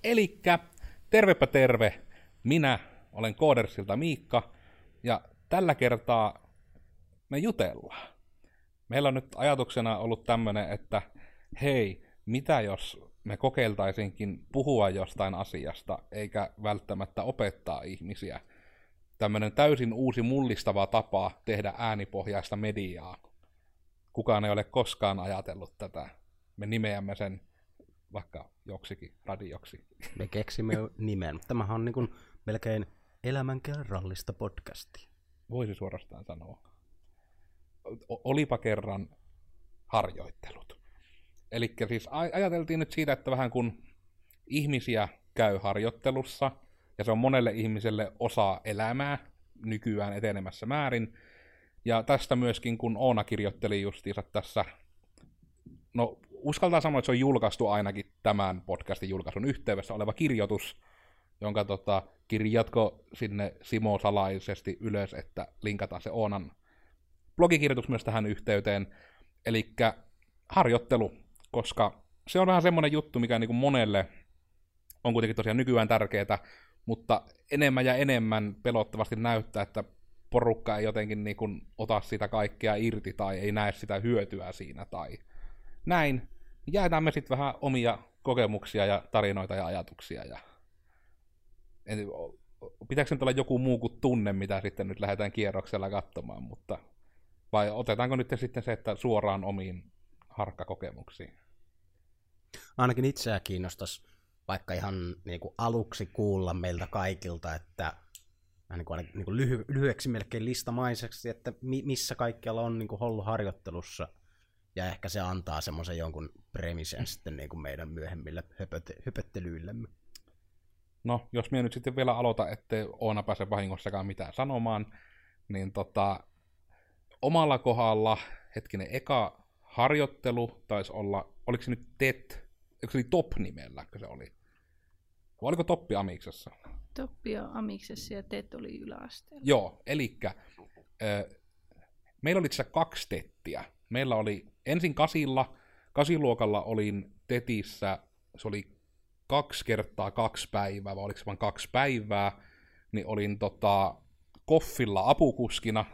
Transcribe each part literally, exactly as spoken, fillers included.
Elikkä, tervepä terve, minä olen Koodersilta Miikka, ja tällä kertaa me jutellaan. Meillä on nyt ajatuksena ollut tämmönen, että hei, mitä jos me kokeiltaisinkin puhua jostain asiasta, eikä välttämättä opettaa ihmisiä. Tämmönen täysin uusi mullistava tapa tehdä äänipohjaista mediaa. Kukaan ei ole koskaan ajatellut tätä. Me nimeämme sen vaikka joksikin radioksi. Me keksimme nimen. Tämähän on niin kuin melkein elämänkerrallista podcastia. Voisi suorastaan sanoa. O- olipa kerran harjoittelut. Eli siis ajateltiin nyt siitä, että vähän kun ihmisiä käy harjoittelussa, ja se on monelle ihmiselle osa elämää nykyään etenemässä määrin, ja tästä myöskin, kun Oona kirjoitteli justiinsa tässä, no uskaltaa sanoa, että se on julkaistu ainakin tämän podcastin julkaisun yhteydessä oleva kirjoitus, jonka tota, kirjatko sinne Simo salaisesti ylös, että linkataan se Oonan blogikirjoitus myös tähän yhteyteen. Elikkä harjoittelu, koska se on vähän semmoinen juttu, mikä niin kuin monelle on kuitenkin tosiaan nykyään tärkeää, mutta enemmän ja enemmän pelottavasti näyttää, että porukka ei jotenkin niin kuin ota sitä kaikkea irti tai ei näe sitä hyötyä siinä tai näin. Jäädään me sitten vähän omia kokemuksia ja tarinoita ja ajatuksia. Ja pitääkö nyt olla joku muu kuin tunne, mitä sitten nyt lähdetään kierroksella katsomaan, mutta vai otetaanko nyt sitten se, että suoraan omiin harkkakokemuksiin? Ainakin itseä kiinnostaisi vaikka ihan niin kuin aluksi kuulla meiltä kaikilta, että niin kuin, niin kuin lyhy- lyhyeksi melkein listamaiseksi, että mi- missä kaikkialla on niin kuin ollut harjoittelussa, ja ehkä se antaa semmoisen jonkun premisen sitten niin kuin meidän myöhemmille höpöte- höpöttelyillemme. No, jos minä nyt sitten vielä aloitan, ettei Oona pääse vahingossakaan mitään sanomaan, niin tota, omalla kohdalla, hetkinen, eka harjoittelu taisi olla, oliko se nyt T E T, eikö se oli Top-nimellä, se oli? Vai oliko Toppi Amiksessa? Toppi on Amiksessa ja T E T oli yläasteella. Joo, elikkä äh, meillä oli itse kaksi tettiä. Meillä oli ensin kasilla, kasiluokalla olin tetissä, se oli kaksi kertaa kaksi päivää, vai oliko se vain kaksi päivää, niin olin tota, Koffilla apukuskina,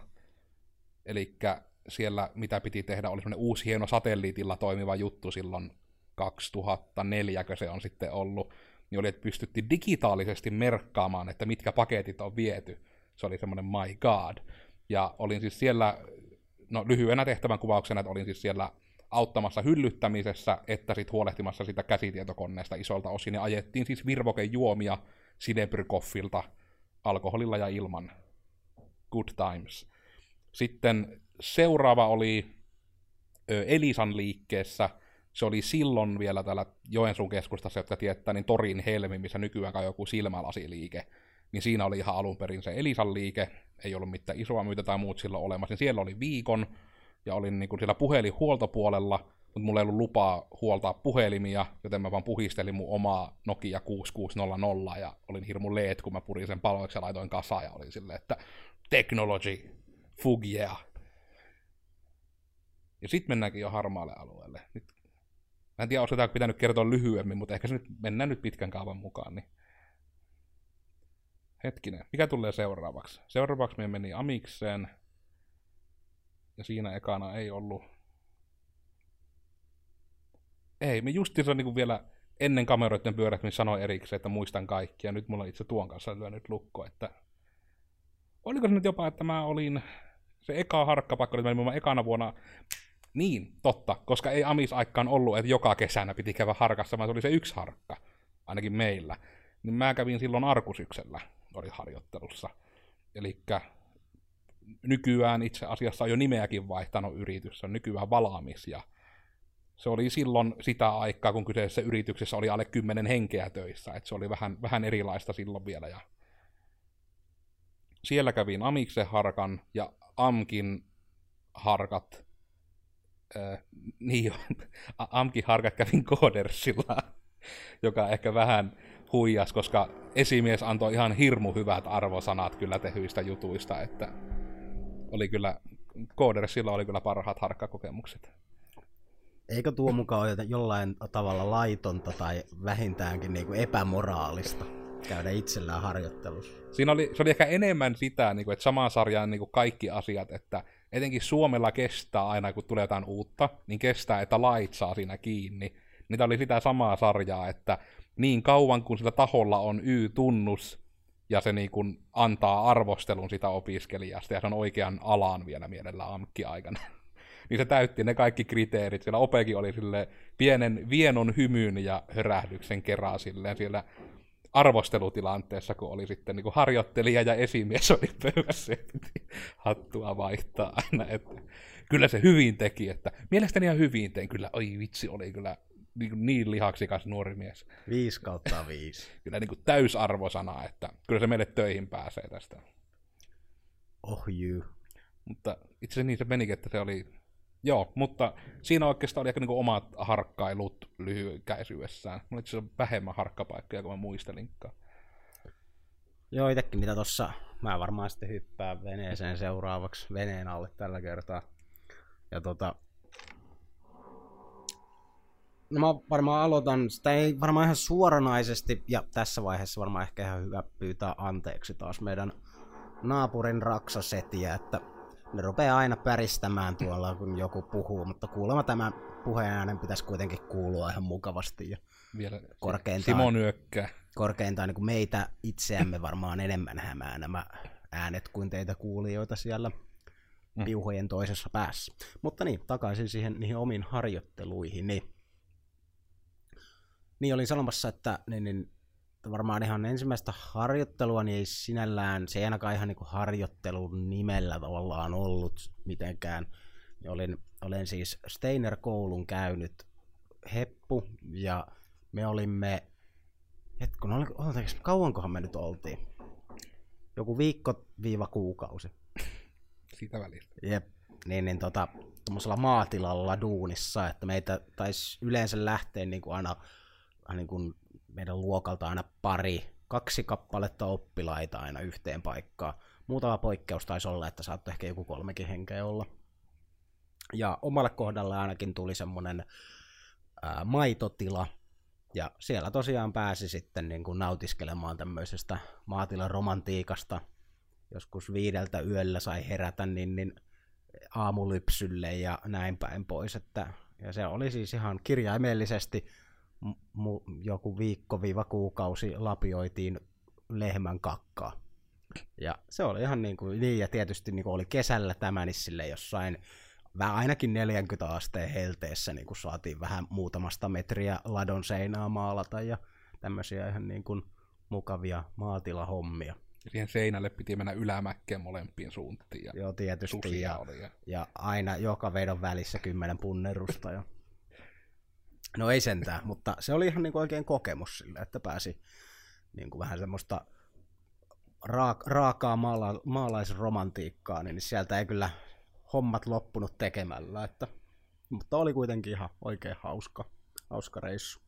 elikkä siellä mitä piti tehdä, oli semmoinen uusi hieno satelliitilla toimiva juttu silloin kaksituhattaneljä, kun se on sitten ollut, niin oli, että pystyttiin digitaalisesti merkkaamaan, että mitkä paketit on viety. Se oli semmoinen my god. Ja olin siis siellä, no lyhyenä tehtävän kuvauksena, että olin siis siellä auttamassa hyllyttämisessä, että sitten huolehtimassa sitä käsitietokoneesta isolta osin, ja ajettiin siis virvokejuomia Sidebrykoffilta alkoholilla ja ilman. Good times. Sitten seuraava oli ö, Elisan liikkeessä. Se oli silloin vielä täällä Joensuun keskustassa, jotka tietää, niin Torin Helmi, missä nykyään on joku silmälasiliike. Niin siinä oli ihan alun perin se Elisan liike, ei ollut mitään isoa myytä tai muut silloin olemassa. Niin siellä oli viikon, ja olin niin kuin siellä puhelinhuoltopuolella, mutta mulla ei ollut lupaa huoltaa puhelimia, joten mä vaan puhistelin mun omaa Nokia kuusikymmentäkuusi nolla, ja olin hirmu leet, kun mä purin sen paloiksi ja laitoin kasaan, ja olin silleen, että technology, fug yeah. Ja sit mennäänkin jo harmaalle alueelle. Nyt mä en tiedä, olisiko tämä pitänyt kertoa lyhyemmin, mutta ehkä se nyt mennään nyt pitkän kaavan mukaan. Niin. Hetkinen, mikä tulee seuraavaksi? Seuraavaksi me meni Amikseen. Ja siinä ekana ei ollut. Ei, me justiinsa niin kuin vielä ennen kameroiden pyörähtymistä sanoin erikseen, että muistan kaikki. Ja nyt mulla itse tuon kanssa lyönyt lukko, että oliko se nyt jopa, että mä olin se eka harkkapaikka, oli mä ekana vuonna. Niin, totta, koska ei Amis-aikaan ollut, että joka kesänä piti käydä harkassa, vaan se oli se yksi harkka, ainakin meillä. Niin mä kävin silloin Arkusyksellä, oli harjoittelussa. Elikkä nykyään itse asiassa on jo nimeäkin vaihtanut yritys, se on nykyään Valaamis, ja se oli silloin sitä aikaa, kun kyseisessä yrityksessä oli alle kymmenen henkeä töissä, että se oli vähän, vähän erilaista silloin vielä. Ja siellä kävin Amiksen harkan ja Amkin harkat. Äh, niin, Amkin harkat kävin Koodersilla, joka ehkä vähän huijas, koska esimies antoi ihan hirmu hyvät arvosanat kyllä tehyistä jutuista, että oli kyllä, Koodersilla oli kyllä parhaat harkkakokemukset. Eikö tuo mukaan ole jollain tavalla laitonta tai vähintäänkin niin kuin epämoraalista käydä itsellään harjoittelussa? Siinä oli, se oli ehkä enemmän sitä, niin kuin, että samaan sarjaan niin kuin kaikki asiat, että etenkin Suomella kestää aina, kun tulee jotain uutta, niin kestää, että lait saa siinä kiinni. Niitä oli sitä samaa sarjaa, että niin kauan kun sillä taholla on Y-tunnus, ja se niin kuin antaa arvostelun sitä opiskelijasta, ja se on oikean alan vielä mielellä amkki-aikana, niin se täytti ne kaikki kriteerit. Siellä Opekin oli sille pienen vienon hymyn ja hörähdyksen kerran silleen siellä arvostelutilanteessa, kun oli sitten niin kuin harjoittelija ja esimies oli pöydässä, piti hattua vaihtaa aina. Että kyllä se hyvin teki, että mielestäni ihan hyvin tein. Kyllä, oi vitsi, oli kyllä niin, niin lihaksikas nuori mies. Viisi kautta viisi. Kyllä niin kuin täysarvosana, että kyllä se meille töihin pääsee tästä. Oh you. Mutta itse asiassa niin se menikin, että se oli... Joo, mutta siinä oikeastaan oli aika niin omat harkkailut lyhykäisyydessään. Mulla itse asiassa vähemmän harkkapaikkoja, kuin mä muistelinkaan. Joo, itsekin mitä tossa, mä varmaan sitten hyppään veneeseen seuraavaksi veneen alle tällä kertaa. Ja tota... No mä varmaan aloitan, sitä ei varmaan ihan suoranaisesti, ja tässä vaiheessa varmaan ehkä ihan hyvä pyytää anteeksi taas meidän naapurin raksasetiä, että ne rupeaa aina päristämään tuolla, kun joku puhuu, mutta kuulemma tämä puheen äänen pitäisi kuitenkin kuulua ihan mukavasti. Ja vielä korkeintaan, Simo nyökkää. Korkeintaan niin kuin meitä itseämme varmaan enemmän hämää nämä äänet kuin teitä kuulijoita siellä mm. piuhojen toisessa päässä. Mutta niin, takaisin siihen niihin omiin harjoitteluihin. Niin, niin olin sanomassa, että niin, niin, varmaan ihan ensimmäistä harjoittelua niin ei sinällään, se ei ainakaan ihan niin kuin harjoittelun nimellä tavallaan ollut mitenkään. Olin, olen siis Steiner-koulun käynyt heppu ja me olimme, hetkun, kauankohan me nyt oltiin? Joku viikko-kuukausi. Siitä välistä. Jep, niin, niin tota, tuommoisella maatilalla duunissa, että meitä taisi yleensä lähteä niin kuin aina, niin kuin meidän luokalta aina pari, kaksi kappaletta oppilaita aina yhteen paikkaan. Muutama poikkeus taisi olla, että saattoi ehkä joku kolmekin henkeä olla. Ja omalle kohdalle ainakin tuli semmoinen ää, maitotila, ja siellä tosiaan pääsi sitten niin kuin nautiskelemaan tämmöisestä maatilan romantiikasta. Joskus viideltä yöllä sai herätä niin, niin aamulypsylle ja näin päin pois. Että, ja se oli siis ihan kirjaimellisesti mu, joku viikko-kuukausi lapioitiin lehmän kakkaa. Ja se oli ihan niin kuin, niin ja tietysti niin kuin oli kesällä tämä, niin sille jossain vähän ainakin neljäkymmentä asteen helteessä niin kuin saatiin vähän muutamasta metriä ladon seinää maalata ja tämmöisiä ihan niin kuin mukavia maatilahommia. Ja siihen seinälle piti mennä ylämäkkeen molempiin suuntiin. Ja joo, tietysti. Ja, oli, ja... ja aina joka vedon välissä kymmenen punnerusta. Ja... No ei sentään, mutta se oli ihan niin kuin oikein kokemus sille, että pääsi niin kuin vähän semmoista raak- raakaa maala- maalaisromantiikkaa, niin sieltä ei kyllä hommat loppunut tekemällä, että, mutta oli kuitenkin ihan oikein hauska, hauska reissu.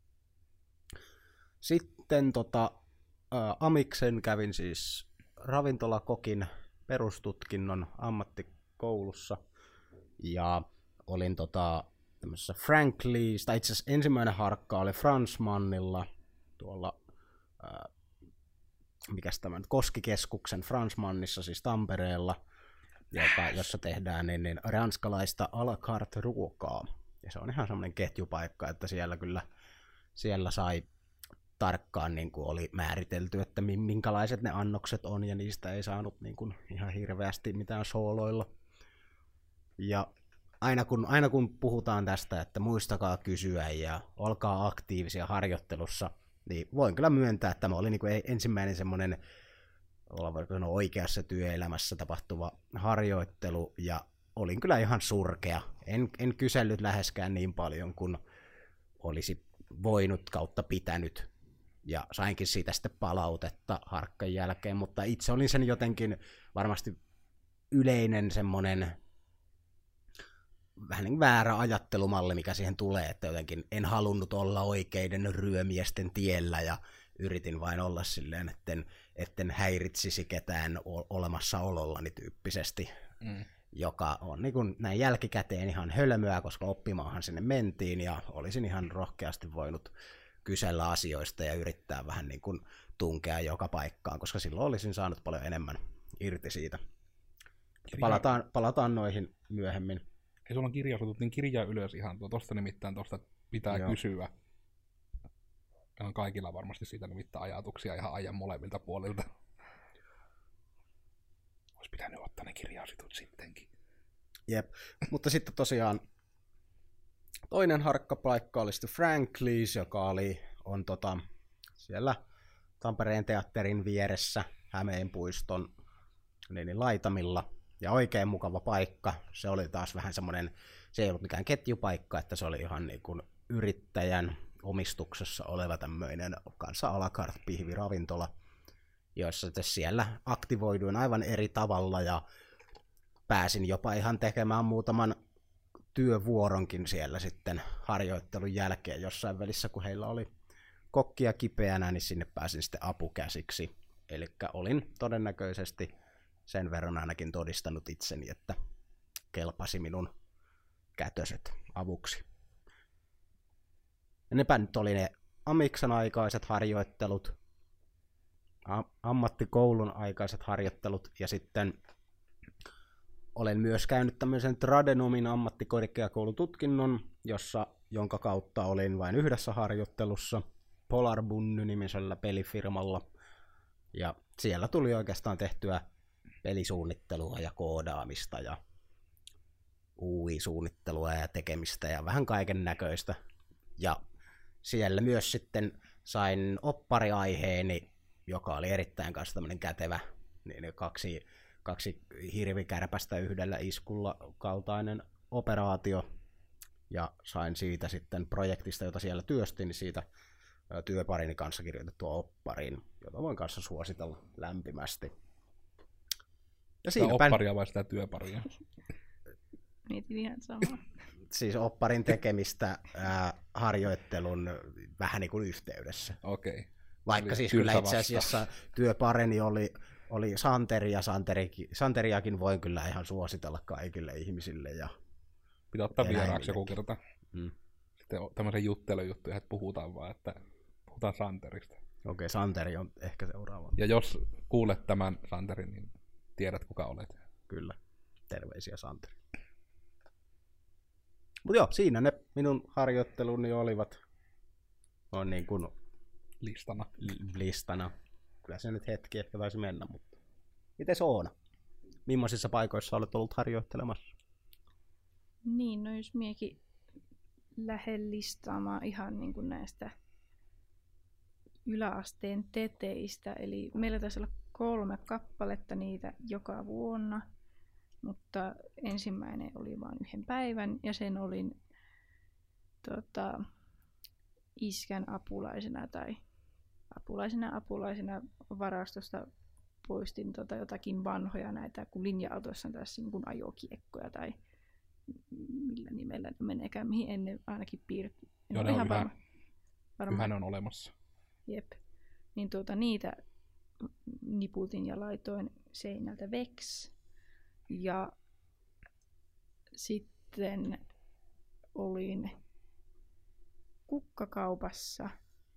Sitten tota, ä, Amiksen kävin siis ravintolakokin perustutkinnon ammattikoulussa ja olin tota, tämmöisessä Franklies, tai itse asiassa ensimmäinen harkka oli Fransmannilla tuolla ä, mikäs tämä nyt, Koskikeskuksen Fransmannissa, siis Tampereella, joka, jossa tehdään niin, niin ranskalaista à la carte ruokaa. Ja se on ihan semmoinen ketjupaikka, että siellä kyllä siellä sai tarkkaan niin kuin oli määritelty, että minkälaiset ne annokset on, ja niistä ei saanut niin kuin ihan hirveästi mitään sooloilla. Ja aina kun, aina kun puhutaan tästä, että muistakaa kysyä ja olkaa aktiivisia harjoittelussa, niin voin kyllä myöntää, että tämä oli niin kuin ensimmäinen semmoinen olla oikeassa työelämässä tapahtuva harjoittelu, ja olin kyllä ihan surkea. En, en kysellyt läheskään niin paljon kuin olisi voinut kautta pitänyt, ja sainkin siitä sitten palautetta harkkan jälkeen, mutta itse olin sen jotenkin varmasti yleinen semmoinen vähän niin väärä ajattelumalli, mikä siihen tulee, että jotenkin en halunnut olla oikeiden ryömiesten tiellä, ja yritin vain olla silleen, etten, etten häiritsisi ketään olemassaolollani tyyppisesti. Mm. joka on niin kuin näin jälkikäteen ihan hölmöä, koska oppimaahan sinne mentiin ja olisin ihan rohkeasti voinut kysellä asioista ja yrittää vähän niin kuin tunkea joka paikkaan, koska silloin olisin saanut paljon enemmän irti siitä. Palataan, palataan noihin myöhemmin. Ei sulla on kirjausutut, niin kirjaa ylös ihan tuo. Tuosta nimittäin tuosta pitää Joo. kysyä. Meillä on kaikilla varmasti siitä nimittäin ajatuksia ihan ajan molemmilta puolilta. Olisi pitänyt ottaa ne kirjausutut sittenkin. Jep, mutta sitten tosiaan toinen harkkapaikka oli sitten Franklies, joka oli, on tota, siellä Tampereen teatterin vieressä Hämeenpuiston niin laitamilla. Ja oikein mukava paikka. Se oli taas vähän semmoinen, se ei ollut mikään ketjupaikka, että se oli ihan niin kuin yrittäjän omistuksessa oleva tämmöinen kanssa à la carte pihviravintola, jossa siellä aktivoiduin aivan eri tavalla ja pääsin jopa ihan tekemään muutaman työvuoronkin siellä sitten harjoittelun jälkeen jossain välissä, kun heillä oli kokkia kipeänä, niin sinne pääsin sitten apukäsiksi. Eli olin todennäköisesti sen verran ainakin todistanut itseni, että kelpasi minun kätöset avuksi. Ja nepä nyt oli ne amiksen aikaiset harjoittelut, ammattikoulun aikaiset harjoittelut, ja sitten olen myös käynyt tämmöisen Tradenomin ammattikorkeakoulututkinnon, jossa, jonka kautta olin vain yhdessä harjoittelussa Polar Bunny-nimisellä pelifirmalla, ja siellä tuli oikeastaan tehtyä pelisuunnittelua ja koodaamista ja U I-suunnittelua ja tekemistä ja vähän kaiken näköistä. Ja siellä myös sitten sain oppariaiheeni, joka oli erittäin kanssa tämmöinen kätevä, niin kaksi, kaksi hirvikärpästä yhdellä iskulla kaltainen operaatio. Ja sain siitä sitten projektista, jota siellä työstin, niin siitä työparini kanssa kirjoitettua opparin, jota voin kanssa suositella lämpimästi. Ja sitä opparia vai sitä työparia? Mietin ihan samaa. Siis opparin tekemistä ää, harjoittelun vähän niin kuin yhteydessä. Okei. Okay. Vaikka Eli siis kyllä itse asiassa työpareni oli, oli Santeri, ja Santeri, Santeriakin voin kyllä ihan suositella kaikille ihmisille. Ja pitää ottaa vieraaksi joku kerta. Mm. Sitten tämmöisen juttelujuttuja, että puhutaan vaan, että puhutaan Santerista. Okei, okay, Santeri on ehkä seuraava. Ja jos kuulet tämän Santerin, niin tiedät kuka olet. Kyllä. Terveisiä Santeri. Mutta joo, siinä ne minun harjoitteluni olivat on niin kuin listana. listana. Kyllä se nyt hetki ehkä taisi mennä, mutta mites Oona? Millaisissa paikoissa olet ollut harjoittelemassa? Niin, no jos miekin lähden listaamaan ihan niin kuin näistä yläasteen teteistä, eli meillä taisi olla kolme kappaletta niitä joka vuonna, mutta ensimmäinen oli vain yhden päivän ja sen olin tota, iskän apulaisena tai apulaisena apulaisena varastosta poistin tota, jotakin vanhoja näitä, kun linja-autoissa on tässä niin kuin ajokiekkoja tai millä nimellä ne meneekään, mihin ennen ainakin piirretty. Joo, ne on yhä, yhä ne on olemassa. Jep. Niin tuota, niitä niputin ja laitoin seinältä veksi. Ja sitten olin kukkakaupassa.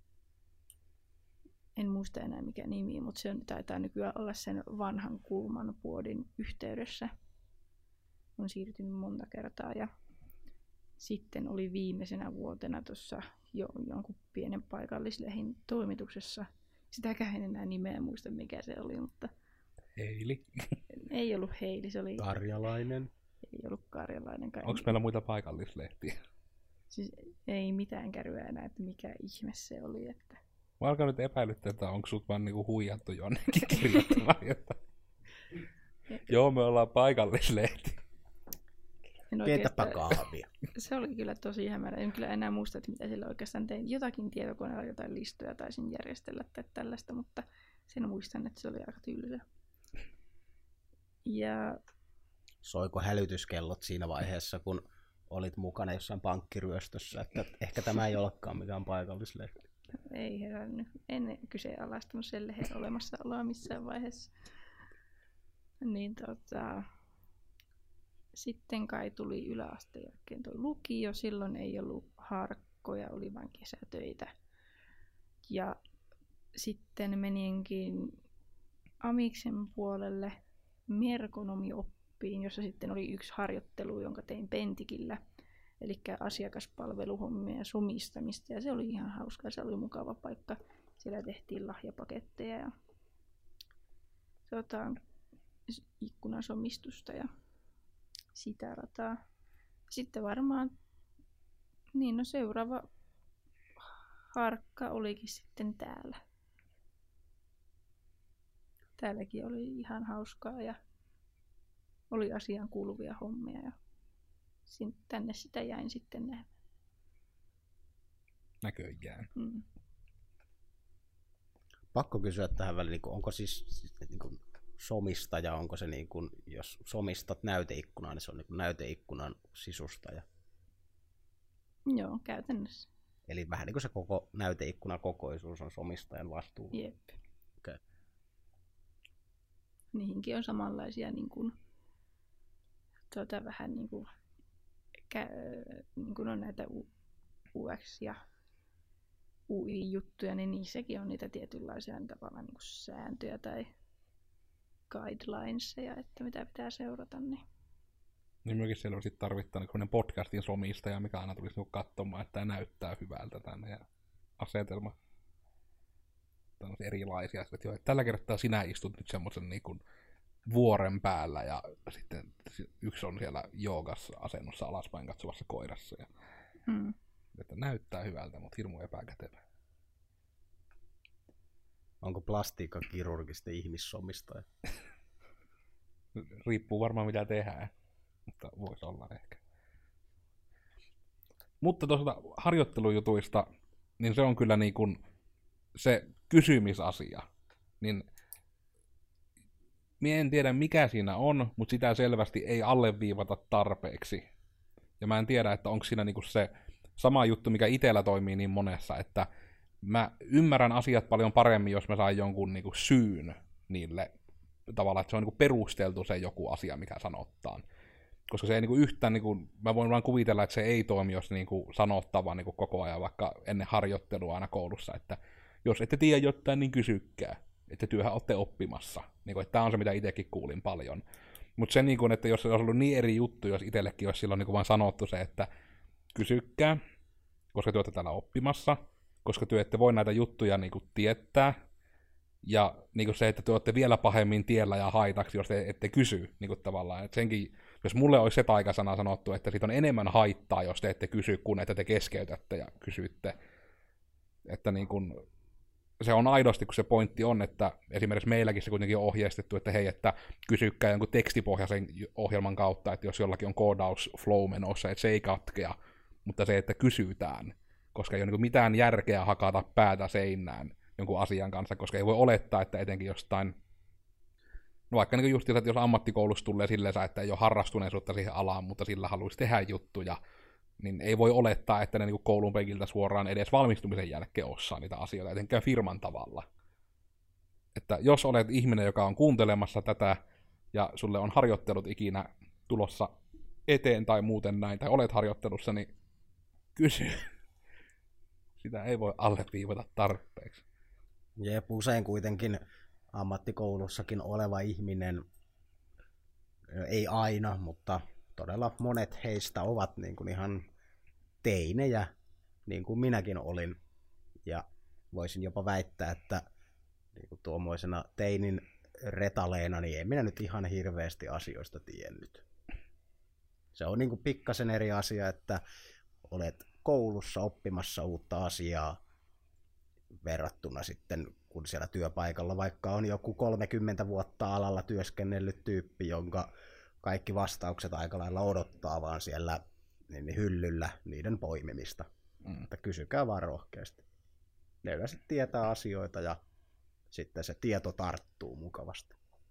En muista enää mikä nimi, mutta se taitaa nykyään olla sen vanhan kulman puodin yhteydessä. On siirtynyt monta kertaa. Ja sitten oli viimeisenä vuotena tuossa jo jonkun pienen paikallislehin toimituksessa. Sitäkään en enää nimeä muista mikä se oli, mutta Heili. Ei ollut Heili, se oli Karjalainen. Ei ollut Karjalainen. Onko meillä muita paikallislehtiä? Siis ei mitään kärryä enää, että mikä ihme se oli. Että mä alkaa nyt epäilyttää, että onko sut vaan niinku huijattu jonnekin kirjoittamaan jotain. Joo, me ollaan paikallislehti. Keitäpä kahvia. Se oli kyllä tosi hämärä. En kyllä enää muista, että mitä sillä oikeastaan tein. Jotakin tietokoneella, jotain listoja taisin järjestellä tai tällaista, mutta sen muistan, että se oli aika tylsä. Ja soiko hälytyskellot siinä vaiheessa, kun olit mukana jossain pankkiryöstössä, että ehkä tämä ei olekaan mikään paikallislehti? Ei herännyt. En kyseenalaistanut sen lehden olemassaoloa missään vaiheessa. Niin tota sitten kai tuli yläasteen jälkeen toi lukio. Silloin ei ollut harkkoja, oli vain kesätöitä. Ja sitten meninkin amiksen puolelle merkonomioppiin, jossa sitten oli yksi harjoittelu, jonka tein Pentikillä. Eli asiakaspalveluhommia ja sumistamista. Ja se oli ihan hauskaa, se oli mukava paikka. Siellä tehtiin lahjapaketteja ja tota, ikkunasomistusta ja sitä rataa. Sitten varmaan niin no seuraava harkka olikin sitten täällä. Täälläkin oli ihan hauskaa ja oli asiaan kuuluvia hommia ja tänne sitä jäin sitten nähdä. Näköjään. Mm. Pakko kysyä tähän väliin, niin onko siis, siis niin kuin somistaja, onko se niin kuin, jos somistat näyteikkunaa, niin se on niin kuin näyteikkunan sisustaja? Joo, käytännössä. Eli vähän niin kuin se koko näyteikkunan kokoisuus on somistajan vastuulla. Jep. Okay. Niihinkin on samanlaisia niin kuin, tuota, vähän niin kuin, kä, niin kuin on näitä U X ja U I-juttuja, niin niissäkin on niitä tietynlaisia niin tavallaan niin kuin sääntöjä tai guidelinesia, että mitä pitää seurata. Niin, niin myöskin selvästi tarvittaa niin podcastin somistaja, mikä aina tulisi niin katsomaan, että tämä näyttää hyvältä tänne ja asetelma. Erilaisia. Että joo, tällä kertaa sinä istut nyt semmoisen niin kuin vuoren päällä ja sitten yksi on siellä joogassa asennossa alaspäin katsovassa koirassa. Ja, mm. että näyttää hyvältä, mutta hirmu epäkätevä. Onko plastiikkakirurgi sitten ihmissomistaja? Riippuu varmaan mitä tehdään, mutta voisi olla ehkä. Mutta tuosta harjoittelujutuista, niin se on kyllä niin kuin se kysymysasia. Niin minä en tiedä mikä siinä on, mutta sitä selvästi ei alleviivata tarpeeksi. Ja mä en tiedä, että onko siinä niinku se sama juttu, mikä itsellä toimii niin monessa, että mä ymmärrän asiat paljon paremmin, jos mä saan jonkun niinku syyn niille tavallaan, että se on niinku perusteltu se joku asia, mikä sanottaan. Koska se ei niinku yhtään, niinku, mä voin vaan kuvitella, että se ei toimi, jos niinku sanottava niinku koko ajan, vaikka ennen harjoittelua aina koulussa, että jos ette tiedä jotain, niin kysykää, että työhän olette oppimassa. Niinku, että tämä on se, mitä itsekin kuulin paljon. Mutta se, niinku, että jos se olisi ollut niin eri juttu, jos itsellekin olisi silloin niinku vaan sanottu se, että kysykää, koska te olette täällä oppimassa, koska te ette voi näitä juttuja niinku tietää, ja niinku se, että te olette vielä pahemmin tiellä ja haitaksi, jos te ette kysy niinku tavallaan. Et senkin, jos mulle olisi se taikasana sanottu, että siitä on enemmän haittaa, jos te ette kysy, kun että te keskeytätte ja kysytte. Että niinku, se on aidosti, kun se pointti on, että esimerkiksi meilläkin se kuitenkin on ohjeistettu, että hei, että kysykää jonkun tekstipohjaisen ohjelman kautta, että jos jollakin on koodausflow menossa, että se ei katkea, mutta se, että kysytään, koska ei ole niin mitään järkeä hakata päätä seinään jonkun asian kanssa, koska ei voi olettaa, että etenkin jostain, no vaikka niin just, että jos ammattikoulussa tulee silleen, että ei ole harrastuneisuutta siihen alaan, mutta sillä haluaisi tehdä juttuja, niin ei voi olettaa, että ne niin koulun penkiltä suoraan edes valmistumisen jälkeen osaa niitä asioita, etenkään firman tavalla. Että jos olet ihminen, joka on kuuntelemassa tätä, ja sulle on harjoittelut ikinä tulossa eteen tai muuten näin, tai olet harjoittelussa, niin kysy. Sitä ei voi alleviivata tarpeeksi. Jep, usein kuitenkin ammattikoulussakin oleva ihminen, ei aina, mutta todella monet heistä ovat niin kuin ihan teinejä, niin kuin minäkin olin. Ja voisin jopa väittää, että niin kuin tuommoisena teinin retaleena, niin en minä nyt ihan hirveästi asioista tiennyt. Se on niin kuin pikkasen eri asia, että olet koulussa oppimassa uutta asiaa verrattuna sitten, kun siellä työpaikalla vaikka on joku kolmekymmentä vuotta alalla työskennellyt tyyppi, jonka kaikki vastaukset aika lailla odottaa vaan siellä niin hyllyllä niiden poimimista. Mm. Että kysykää vaan rohkeasti. Ne yleensä tietää asioita ja sitten se tieto tarttuu mukavasti.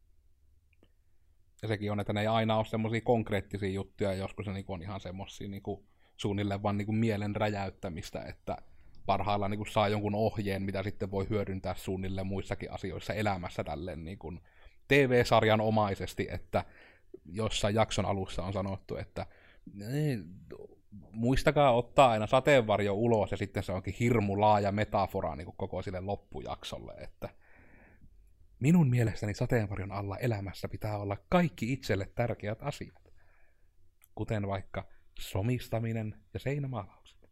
Ja sekin on, että ne ei aina ole semmoisia konkreettisia juttuja, joskus ne on ihan semmoisia niin suunnilleen vaan niin mielen räjäyttämistä, että parhaillaan niin saa jonkun ohjeen, mitä sitten voi hyödyntää suunnilleen muissakin asioissa elämässä tälleen niin T V-sarjan omaisesti, että jossain jakson alussa on sanottu, että muistakaa ottaa aina sateenvarjo ulos, ja sitten se onkin hirmu laaja metafora niin kuin koko sille loppujaksolle, että minun mielestäni sateenvarjon alla elämässä pitää olla kaikki itselle tärkeät asiat, kuten vaikka somistaminen ja seinämaalaukset.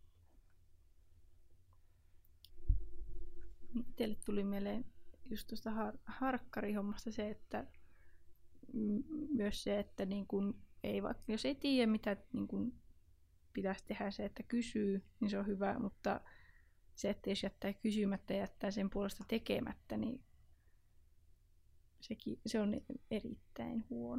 Teille tuli mieleen just tuosta har- harkkarihommasta se, että m- myös se, että niin kun ei va- jos ei tiedä mitä niin kun pitäisi tehdä, se, että kysyy, niin se on hyvä, mutta se, että jos jättää kysymättä ja jättää sen puolesta tekemättä, niin sekin, se on erittäin huono.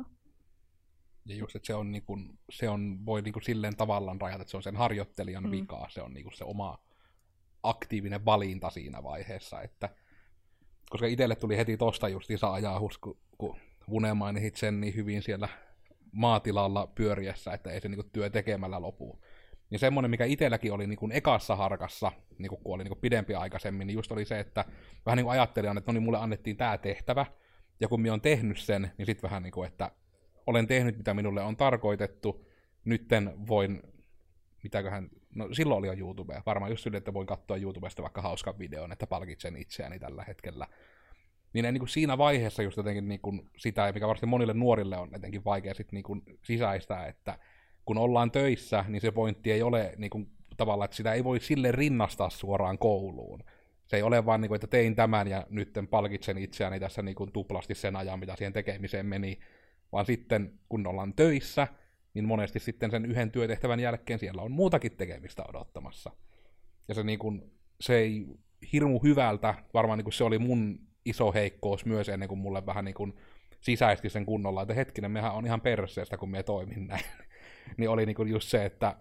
Ja just, että se, on, niin kuin, se on, voi niin kuin silleen tavallaan rajata, että se on sen harjoittelijan mm. vika, se on niin kuin se oma aktiivinen valinta siinä vaiheessa, että koska itselle tuli heti tosta justiinsa ajahus, kun, kun Vune mainitsit sen niin hyvin siellä maatilalla pyöriessä, että ei se niin kuin työ tekemällä lopu. Niin semmoinen, mikä itselläkin oli niin kuin ekassa harkassa, niin kuin kun oli niin kuin pidempi aikaisemmin, niin just oli se, että vähän niin kuin ajattelin, että no niin, mulle annettiin tämä tehtävä, ja kun minä olen tehnyt sen, niin sitten vähän niin kuin, että olen tehnyt, mitä minulle on tarkoitettu, nytten voin, mitäköhän, no silloin oli jo YouTube, varmaan just sille, että voin katsoa YouTubesta vaikka hauskan videon, että palkitsen itseäni tällä hetkellä. Niin, niin kuin siinä vaiheessa just jotenkin niin kuin sitä, mikä varmasti monille nuorille on jotenkin vaikea sit niin kuin sisäistää, että kun ollaan töissä, niin se pointti ei ole niin kuin, tavallaan, että sitä ei voi sille rinnastaa suoraan kouluun. Se ei ole vaan, niin kuin, että tein tämän ja nyt palkitsen itseäni tässä niin kuin tuplasti sen ajan, mitä siihen tekemiseen meni, vaan sitten kun ollaan töissä, niin monesti sitten sen yhden työtehtävän jälkeen siellä on muutakin tekemistä odottamassa. Ja se, niin kuin, se ei hirmu hyvältä, varmaan niin kuin se oli mun iso heikkous myös ennen kuin mulle vähän niin kuin sisäisti sen kunnolla, että hetkinen, mehän on ihan perseestä, kun me toimin näin. Niin oli niin kuin just se, että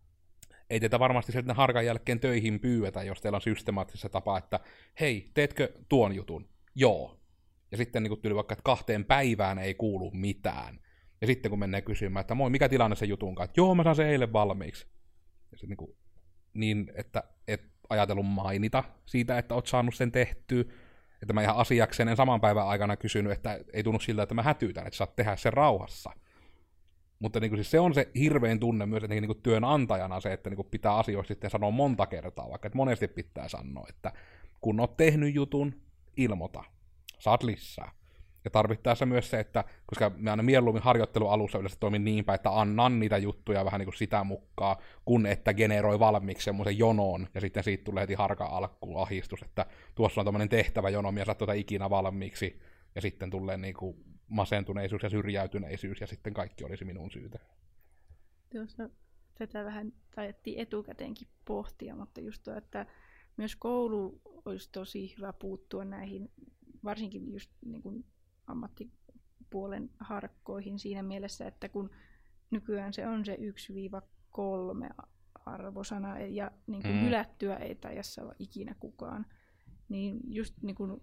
ei teitä varmasti sitten harkan jälkeen töihin pyydetä, jos teillä on systemaattisessa tapa, että hei, teetkö tuon jutun? Joo. Ja sitten niin tyyli vaikka, että kahteen päivään ei kuulu mitään. Ja sitten kun mennään kysymään, että moi, mikä tilanne se jutun kanssa? Joo, mä saan sen eilen valmiiksi. Ja sitten niin, kuin, niin, että et ajatellut mainita siitä, että oot saanut sen tehtyä. Että mä ihan asiakseen en saman päivän aikana kysynyt, että ei tunnu siltä, että mä hätyytän, että saat tehdä sen rauhassa. Mutta niin kuin siis se on se hirvein tunne myös niin kuin työnantajana se, että niin kuin pitää asioista sitten sanoa monta kertaa, vaikka että monesti pitää sanoa, että kun oot tehnyt jutun, ilmoita, saat lisää. Ja tarvittaessa myös se, että koska me aina mieluummin harjoittelun alussa yleensä toimin niin päin, että annan niitä juttuja vähän niin kuin sitä mukaan, kun että generoi valmiiksi semmoisen jonon, ja sitten siitä tulee heti harkan alkuun ahdistus, että tuossa on tämmöinen tehtävä jono, ja saat tuota ikinä valmiiksi, ja sitten tulee niin kuin masentuneisuus ja syrjäytyneisyys, ja sitten kaikki olisi minun syytä. Tuossa tätä vähän taidettiin etukäteenkin pohtia, mutta just tuo, että myös koulu olisi tosi hyvä puuttua näihin, varsinkin just niin kuin ammattipuolen harkkoihin siinä mielessä, että kun nykyään se on se yksi kolme arvosana ja niin kuin mm. hylättyä ei taida saada ikinä kukaan, niin just niin kuin,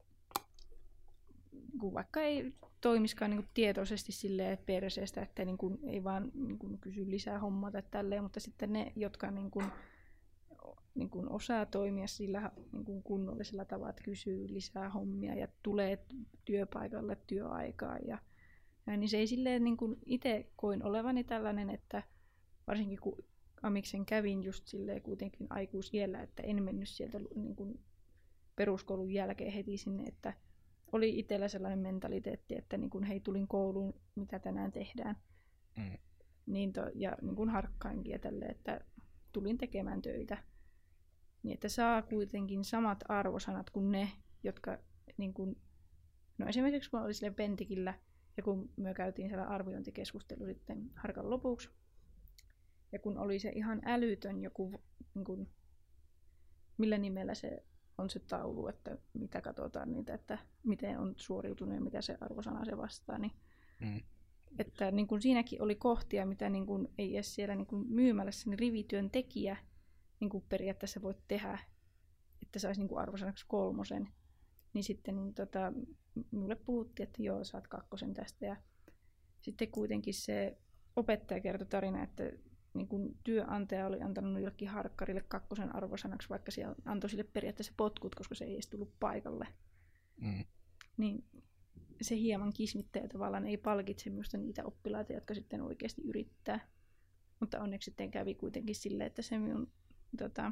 kun vaikka ei toimiskaan niin kuin tietoisesti silleen perseestä, että niin kuin ei vaan niin kuin kysy lisää hommaa tai tälleen, mutta sitten ne, jotka niin kuin niin kuin osaa toimia sillä niin kuin kunnollisella tavalla, että kysyy lisää hommia ja tulee työpaikalle työaikaan. Ja, ja niin se ei silleen, niin kuin itse koin olevani tällainen, että varsinkin kun amiksen kävin just silleen kuitenkin aikuisiällä, että en mennyt sieltä niin kuin peruskoulun jälkeen heti sinne, että oli itsellä sellainen mentaliteetti, että niin kuin hei, tulin kouluun, mitä tänään tehdään. Mm. Niin to, ja niin kuin harkkainkin ja tälleen, että tulin tekemään töitä. Niin, että saa kuitenkin samat arvosanat kuin ne, jotka, niin kun, no esimerkiksi kun oli sille Pentikillä, ja kun me käytiin siellä arviointikeskustelu sitten harkan lopuksi, ja kun oli se ihan älytön joku, niin kun, millä nimellä se on se taulu, että mitä katsotaan niitä, että miten on suoriutunut ja mitä se arvosana se vastaa, niin mm. että niin kun siinäkin oli kohtia, mitä niin kun ei edes siellä niin kun myymälässä niin rivityön tekijä niin kuin periaatteessa voit tehdä, että saisi niin kuin arvosanaksi kolmosen, niin sitten niin tota, minulle puhuttiin, että joo, saat kakkosen tästä. Ja sitten kuitenkin se opettaja kertoi tarina, että niin kuin työnantaja oli antanut jollekin harkkarille kakkosen arvosanaksi, vaikka siellä antoi sille periaatteessa potkut, koska se ei edes tullut paikalle. Mm. Niin se hieman kismittää ja tavallaan ei palkitse minusta niitä oppilaita, jotka sitten oikeasti yrittää. Mutta onneksi sitten kävi kuitenkin silleen, että se minun tota,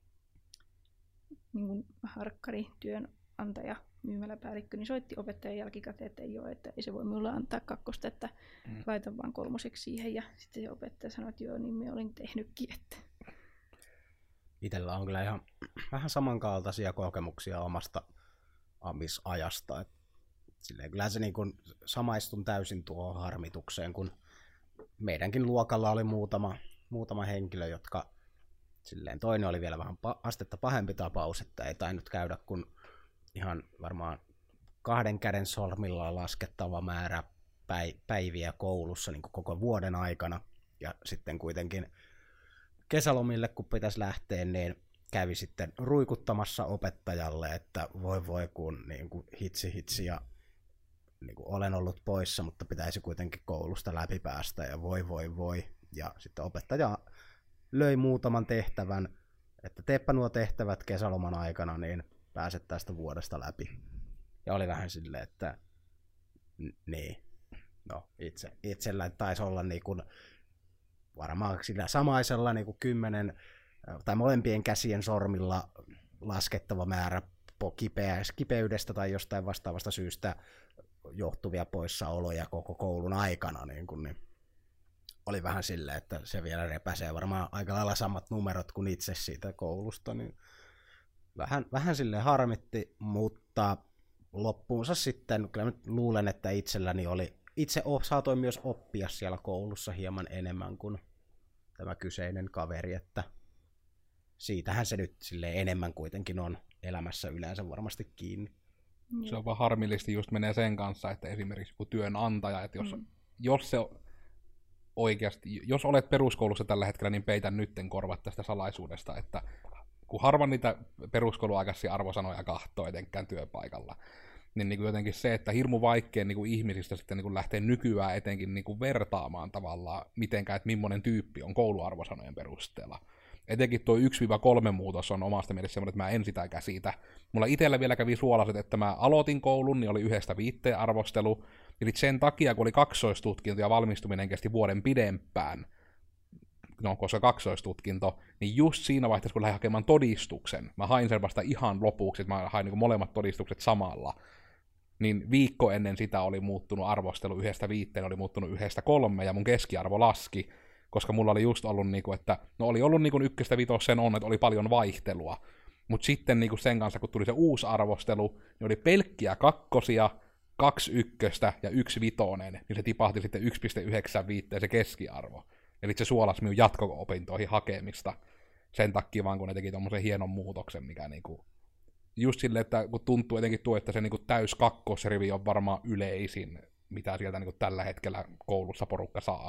niin kuin harkkari, työnantaja, myymäläpäällikkö, niin soitti opettajan jälkikäteen, että ei ole, että ei se voi minulle antaa kakkosta, että mm. laitan vaan kolmoseksi siihen. Ja sitten se opettaja sanoi, että joo, niin minä olin tehnytkin. Että. Itsellä on kyllä ihan vähän samankaltaisia kokemuksia omasta amisajasta. Et silleen, kyllä se niin kuin samaistun täysin tuohon harmitukseen, kun meidänkin luokalla oli muutama, muutama henkilö, jotka silleen, toinen oli vielä vähän pa- astetta pahempi tapaus, että ei tainnut käydä kun ihan varmaan kahden käden sormilla laskettava määrä päi- päiviä koulussa niin kuin koko vuoden aikana. Ja sitten kuitenkin kesälomille, kun pitäisi lähteä, niin kävi sitten ruikuttamassa opettajalle, että voi voi kun niin kuin hitsi hitsi ja niin kuin olen ollut poissa, mutta pitäisi kuitenkin koulusta läpi päästä ja voi voi voi. Ja sitten opettaja löi muutaman tehtävän, että teepä nuo tehtävät kesäloman aikana, niin pääset tästä vuodesta läpi. Ja oli vähän silleen, että n- niin, no itse, itsellä taisi olla niin kuin, varmaan sillä samaisella niin kuin kymmenen tai molempien käsien sormilla laskettava määrä kipeä, kipeydestä tai jostain vastaavasta syystä johtuvia poissaoloja koko koulun aikana. Niin kuin, niin oli vähän silleen, että se vielä repäsee varmaan aika lailla samat numerot kuin itse siitä koulusta, niin vähän, vähän silleen harmitti, mutta loppuunsa sitten, kyllä nyt luulen, että itselläni oli, itse saatoin myös oppia siellä koulussa hieman enemmän kuin tämä kyseinen kaveri, että siitähän se nyt silleen enemmän kuitenkin on elämässä yleensä varmasti kiinni. Se on vaan harmillisesti just menee sen kanssa, että esimerkiksi joku työnantaja, että jos, mm. jos se oikeasti, jos olet peruskoulussa tällä hetkellä, niin peitä nytten korvat tästä salaisuudesta, että kun harva niitä peruskouluaikaisia arvosanoja kahtoo etenkään työpaikalla, niin, niin kuin jotenkin se, että hirmu vaikea niin kuin ihmisistä sitten niin kuin lähtee nykyään etenkin niin kuin vertaamaan tavallaan mitenkään, että millainen tyyppi on kouluarvosanojen perusteella. Etenkin tuo yksi kolme muutos on omasta mielestä semmoinen, että mä en sitä käsitä. Mulla itsellä vielä kävi suolaiset, että mä aloitin koulun, niin oli yhdestä viitteen arvostelu. Eli sen takia, kun oli kaksoistutkinto ja valmistuminen kesti vuoden pidempään, no koska kaksoistutkinto, niin just siinä vaiheessa, kun lähdin hakemaan todistuksen, mä hain sen vasta ihan lopuksi, että mä hain niin kuin molemmat todistukset samalla, niin viikko ennen sitä oli muuttunut arvostelu yhdestä viitteen, oli muuttunut yhdestä kolme, ja mun keskiarvo laski, koska mulla oli just ollut, niinku, että no oli ollut niinku ykköstä vitoseen on, että oli paljon vaihtelua. Mutta sitten niinku sen kanssa, kun tuli se uusi arvostelu, niin oli pelkkiä kakkosia, kaksi ykköstä ja yksi vitonen, niin se tipahti sitten yksi pilkku yhdeksänkymmentäviisi se keskiarvo. Eli se suolasi minun jatko-opintoihin hakemista sen takia vaan, kun ne teki tommosen hienon muutoksen, mikä niinku, just silleen, että kun tuntuu etenkin tuo, että se niinku täys kakkosrivi on varmaan yleisin, mitä sieltä niinku tällä hetkellä koulussa porukka saa.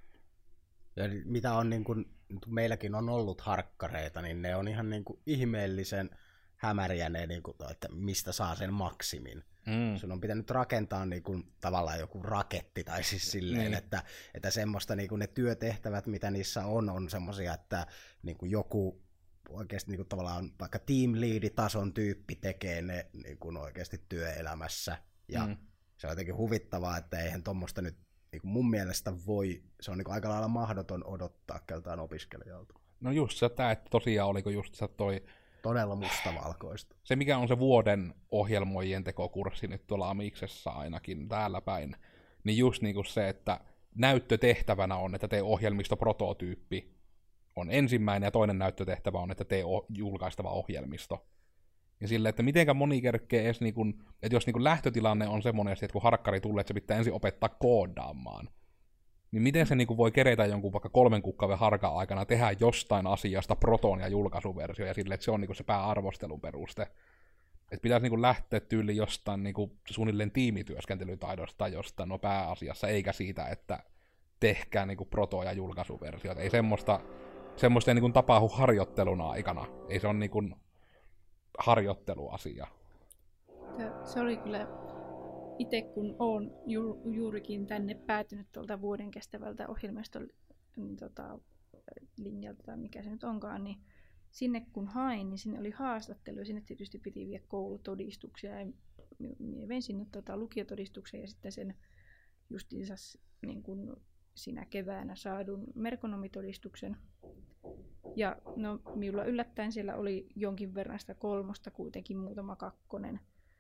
Ja mitä on niin kuin, meilläkin on ollut harkkareita, niin ne on ihan niin kuin ihmeellisen hämäriä ne, niin kuin, että mistä saa sen maksimin. Mm. Sun on pitänyt rakentaa niin kuin, tavallaan joku raketti, tai siis silleen, mm. että, että semmoista niin kuin ne työtehtävät, mitä niissä on, on semmoisia, että niin kuin joku oikeasti niin kuin, tavallaan vaikka team lead-tason tyyppi tekee ne niin kuin, oikeasti työelämässä. Ja mm. se on jotenkin huvittavaa, että eihän tuommoista nyt niin mun mielestä voi, se on niin aika lailla mahdoton odottaa keltään opiskelijalta. No just se, että tosiaan oliko just se toi todella mustavalkoista. Se, mikä on se vuoden ohjelmoijien tekokurssi nyt tuolla Amiksessa ainakin täällä päin, niin just niin kuin se, että näyttötehtävänä on, että tee ohjelmistoprototyyppi on ensimmäinen, ja toinen näyttötehtävä on, että tee julkaistava ohjelmisto. Ja sille, että mitenkä moni kerkee edes, niin kun, että jos niin kun lähtötilanne on semmoinen, että kun harkkari tulee, että se pitää ensin opettaa koodaamaan, niin miten se niin kun voi keretä jonkun vaikka kolmen kuukauden harkan aikana tehdä jostain asiasta proton- ja julkaisuversio, ja sille, että se on niin kun se pääarvostelun peruste. Että pitäisi niin kun lähteä tyyli jostain niin kun suunnilleen tiimityöskentelytaidosta tai jostain no pääasiassa, eikä siitä, että tehkää niin kun proto- ja julkaisuversiot. Ei semmoista, semmoista ei niin kun tapahdu harjoittelun aikana. Ei se ole niin kun harjoitteluasia. Se oli kyllä, itse kun olen ju, juurikin tänne päätynyt tuolta vuoden kestävältä ohjelmiston niin tota, linjalta tai mikä se nyt onkaan, niin sinne kun hain, niin sinne oli haastattelu ja sinne tietysti piti viedä koulutodistuksia ja minä vein sinne tota, lukiotodistuksen ja sitten sen justiinsa niin kuin sinä keväänä saadun merkonomitodistuksen. Ja no, minulla yllättäen siellä oli jonkin verran sitä kolmosta, kuitenkin muutama kakkonen.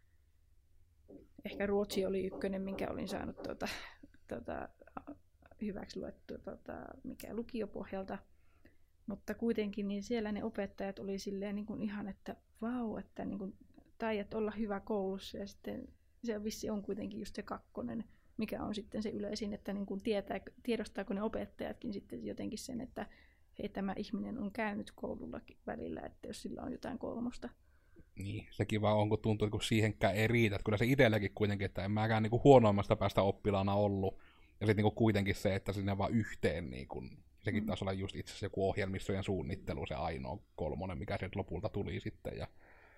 Ehkä ruotsi oli ykkönen, minkä olin saanut tuota, tuota, hyväksi luettua tuota, mikä lukiopohjalta. Mutta kuitenkin niin siellä ne opettajat oli silleen niin kuin ihan, että vau, että niin kuin, taidat olla hyvä koulussa. Ja sitten se vissi on kuitenkin just se kakkonen, mikä on sitten se yleisin, että niin kuin tietää, tiedostaako ne opettajatkin sitten jotenkin sen, että hei, tämä ihminen on käynyt koululla välillä, että jos sillä on jotain kolmosta. Niin, sekin vaan on, kun tuntuu, että siihenkään ei riitä. Että kyllä se itselläkin kuitenkin, että en mäkään niinku huonoimmasta päästä oppilaana ollut. Ja sitten niinku kuitenkin se, että sinne vaan yhteen, niinku, sekin mm. taisi olla just itse asiassa joku ohjelmistojen suunnittelu, se ainoa kolmonen, mikä sieltä lopulta tuli sitten. Ja,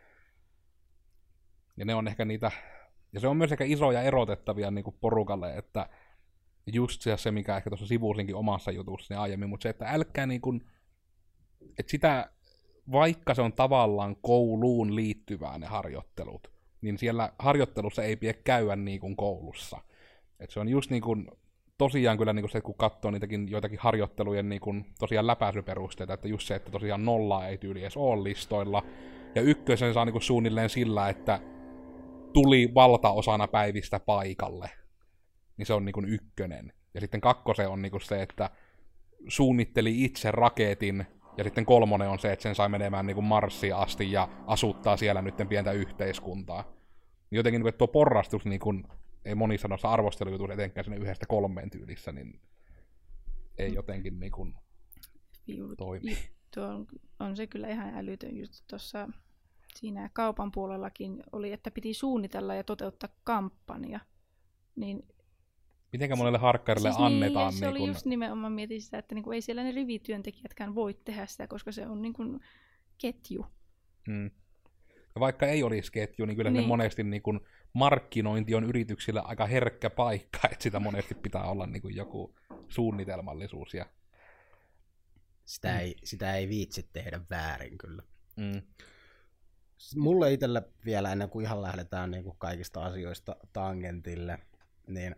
ja ne on ehkä niitä, ja se on myös ehkä isoja erotettavia niinku porukalle, että just se, se mikä ehkä tuossa sivuusinkin omassa jutussa aiemmin, mutta se, että älkää niinku, että sitä, vaikka se on tavallaan kouluun liittyvää ne harjoittelut, niin siellä harjoittelussa ei pidä käydä niin kuin koulussa. Et se on just niin kuin, tosiaan kyllä niin kuin se, kun katsoo niitäkin joitakin harjoittelujen niin kuin, tosiaan läpäisyperusteita, että just se, että tosiaan nollaa ei tyyli edes ole listoilla, ja ykkösen saa niin kuin suunnilleen sillä, että tuli valtaosana päivistä paikalle, niin se on niin kuin ykkönen. Ja sitten kakkosen on niin kuin se, että suunnitteli itse raketin, ja sitten kolmonen on se, että sen sai menemään niin kuin Marsiin asti ja asuttaa siellä nyt pientä yhteiskuntaa. Jotenkin niin kuin, että tuo porrastus, niin kuin, ei monissa noissa arvostelujutuissa etenkään sinne yhdestä kolmeen tyylissä, niin ei jotenkin niin kuin Juu, toimi. Tuo on, on se kyllä ihan älytön just tuossa siinä kaupan puolellakin oli, että piti suunnitella ja toteuttaa kampanja. Niin mitenkä monelle harkkarille siis annetaan? Niin, se niin oli kun just nimenomaan mietin sitä, että niinku ei siellä ne rivityöntekijätkään voi tehdä sitä, koska se on niinku ketju. Hmm. Ja vaikka ei olisi ketju, niin kyllä niin. Ne monesti niin kun markkinointi on yrityksille aika herkkä paikka, että sitä monesti pitää olla niin kuin joku suunnitelmallisuus. Ja sitä, mm. ei, sitä ei viitsi tehdä väärin kyllä. Mm. Mulle itselle vielä, ennen kuin ihan lähdetään niin kuin kaikista asioista tangentille, niin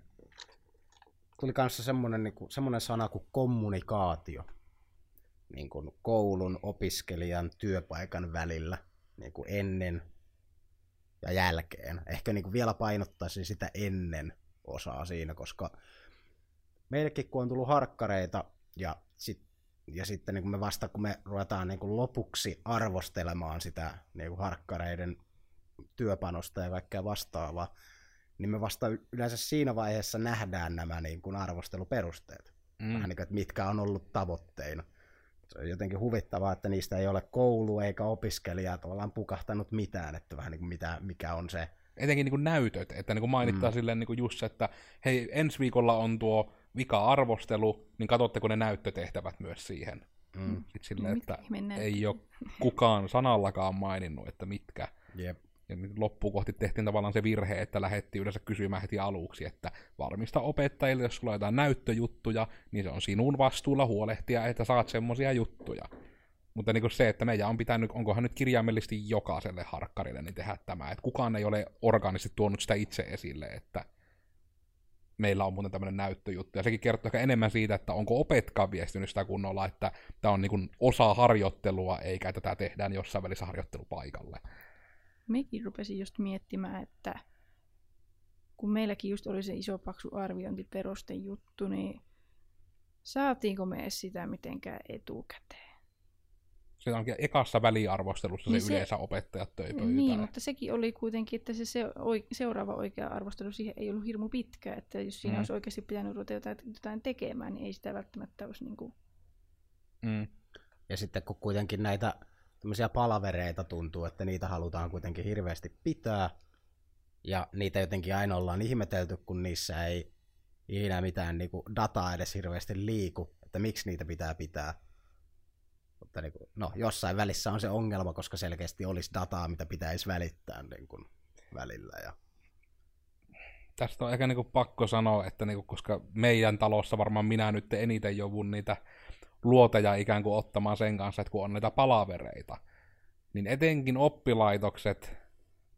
tuli kanssa semmoinen, niin kuin, semmoinen sana kuin kommunikaatio niin kuin koulun, opiskelijan, työpaikan välillä niin kuin ennen ja jälkeen. Ehkä niin kuin vielä painottaisin sitä ennen osaa siinä, koska meillekin kun on tullut harkkareita ja, sit, ja sitten niin kuin me vasta kun me ruvetaan niin kuin lopuksi arvostelemaan sitä niin kuin harkkareiden työpanosta ja kaikkea vastaavaa, niin me vasta yleensä siinä vaiheessa nähdään nämä niin kuin arvosteluperusteet. Mm. Vähän niin kuin, että mitkä on ollut tavoitteina. Se on jotenkin huvittavaa, että niistä ei ole koulu eikä opiskelijaa tavallaan pukahtanut mitään, että vähän niin kuin mitä, mikä on se. Etenkin niin kuin näytöt, että niin kuin mainittaa mm. silleen niin kuin just se, että hei, ensi viikolla on tuo vika-arvostelu, niin katsotteko ne näyttötehtävät myös siihen. Mm. Sitten silleen, että ei ole kukaan sanallakaan maininnut, että mitkä. Jep. Ja loppuun kohti tehtiin tavallaan se virhe, että lähdettiin yleensä kysymään heti aluksi, että varmista opettajille, jos sulla on jotain näyttöjuttuja, niin se on sinun vastuulla huolehtia, että saat semmoisia juttuja. Mutta niin kuin se, että meidän on pitänyt, onkohan nyt kirjaimellisesti jokaiselle harkkarille niin tehdä tämä, että kukaan ei ole orgaanisesti tuonut sitä itse esille, että meillä on muuten tämmöinen näyttöjuttu. Ja sekin kertoo ehkä enemmän siitä, että onko opetkaan viestinyt sitä kunnolla, että tämä on niin kuin osa harjoittelua, eikä tätä tehdään jossain välissä harjoittelupaikalle. Mekin rupesin just miettimään, että kun meilläkin just oli se iso paksu arviointiperuste juttu, niin saatiinko me edes sitä mitenkään etukäteen? Se onkin ekassa väliarvostelussa niin se, se yleensä opettajat töi pöytään. Niin, mutta sekin oli kuitenkin, että se, se seuraava oikea arvostelu siihen ei ollut hirmu pitkä, että jos siinä mm. olisi oikeasti pitänyt ruveta jotain, jotain tekemään, niin ei sitä välttämättä olisi niin kuin. Mm. Ja sitten kun kuitenkin näitä tämmöisiä palavereita tuntuu, että niitä halutaan kuitenkin hirveästi pitää, ja niitä jotenkin aina ollaan ihmetelty, kun niissä ei ikinä mitään niin kuin dataa edes hirveästi liiku, että miksi niitä pitää pitää. Mutta niin kuin, no, jossain välissä on se ongelma, koska selkeästi olisi dataa, mitä pitäisi välittää niin kuin välillä. Ja tästä on ehkä niin kuin pakko sanoa, että niin kuin, koska meidän talossa varmaan minä nyt eniten joudun niitä luoteja ikään kuin ottamaan sen kanssa, että kun on näitä palavereita, niin etenkin oppilaitokset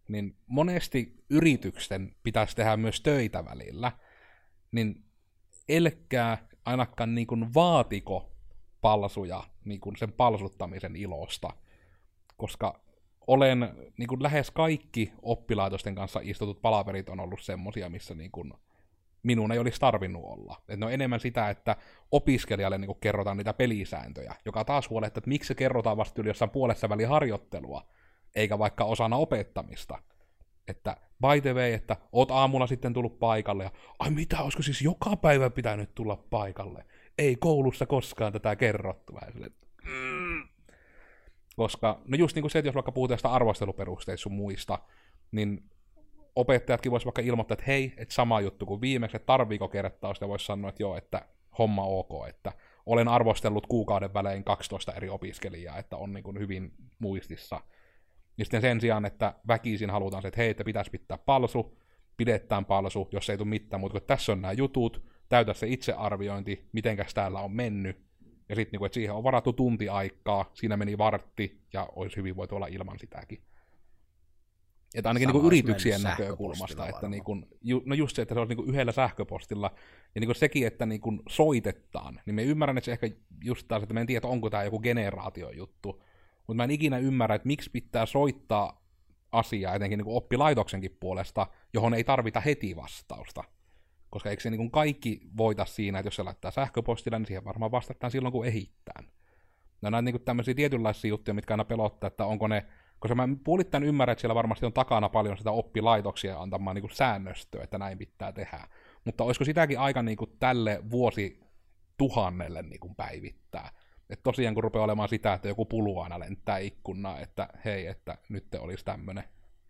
niin monesti yritysten pitäisi tehdä myös töitä välillä, niin elkää ainakaan niin kuin vaatiko palsuja niin kuin sen palsuttamisen ilosta, koska olen niin kuin lähes kaikki oppilaitosten kanssa istutut palaverit on ollut semmosia, missä niin kuin minun ei olisi tarvinnut olla. Et ne on enemmän sitä, että opiskelijalle niin kuin kerrotaan niitä pelisääntöjä, joka taas huolehtii, että miksi se kerrotaan vasta yli jossain puolessa väliin harjoittelua, eikä vaikka osana opettamista. Että by the way, että oot aamulla sitten tullut paikalle, ja ai mitä, olisiko siis joka päivä pitänyt tulla paikalle? Ei koulussa koskaan tätä kerrottu. Vähän silleen, mm. Koska, no just niin kuin se, että jos vaikka puhutaan sitä arvosteluperusteista sun muista, niin opettajatkin vois vaikka ilmoittaa, että hei, että sama juttu kuin viimeksi, että tarviiko kertausta, voisi sanoa, että joo, että homma ok, että olen arvostellut kuukauden välein kaksitoista eri opiskelijaa, että on niin kuin hyvin muistissa. Ja sitten sen sijaan, että väkisin halutaan se, että hei, että pitäisi pitää palsu, pidetään palsu, jos ei tule mitään, mutta kun tässä on nämä jutut, täytä se itsearviointi, mitenkäs täällä on mennyt, ja sitten, että siihen on varattu tunti aikaa, siinä meni vartti, ja olisi hyvin voitu olla ilman sitäkin. Että ainakin niin yrityksien näkökulmasta, että niin kuin, ju, no just se, että se olisi niin yhdellä sähköpostilla, ja niin sekin, että niin soitetaan, niin me ymmärrän, että se ehkä just taas, että me en tiedä, onko tämä joku generaatiojuttu, mutta mä en ikinä ymmärrä, että miksi pitää soittaa asiaa, etenkin niin oppilaitoksenkin puolesta, johon ei tarvita heti vastausta. Koska eikö se niin kaikki voita siinä, että jos se laittaa sähköpostilla, niin siihen varmaan vastataan silloin, kun ehittää. No näitä niin tämmöisiä tietynlaisia juttuja, mitkä aina pelottaa, että onko ne, koska mä puolittain ymmärrän, että siellä varmasti on takana paljon sitä oppilaitoksia antamaan niin säännöstöä, että näin pitää tehdä. Mutta olisiko sitäkin aika niin tälle vuosituhannelle niin päivittää? Että tosiaan kun rupeaa olemaan sitä, että joku pulu aina lentää ikkunaan, että hei, että nyt te olisi tämmönen.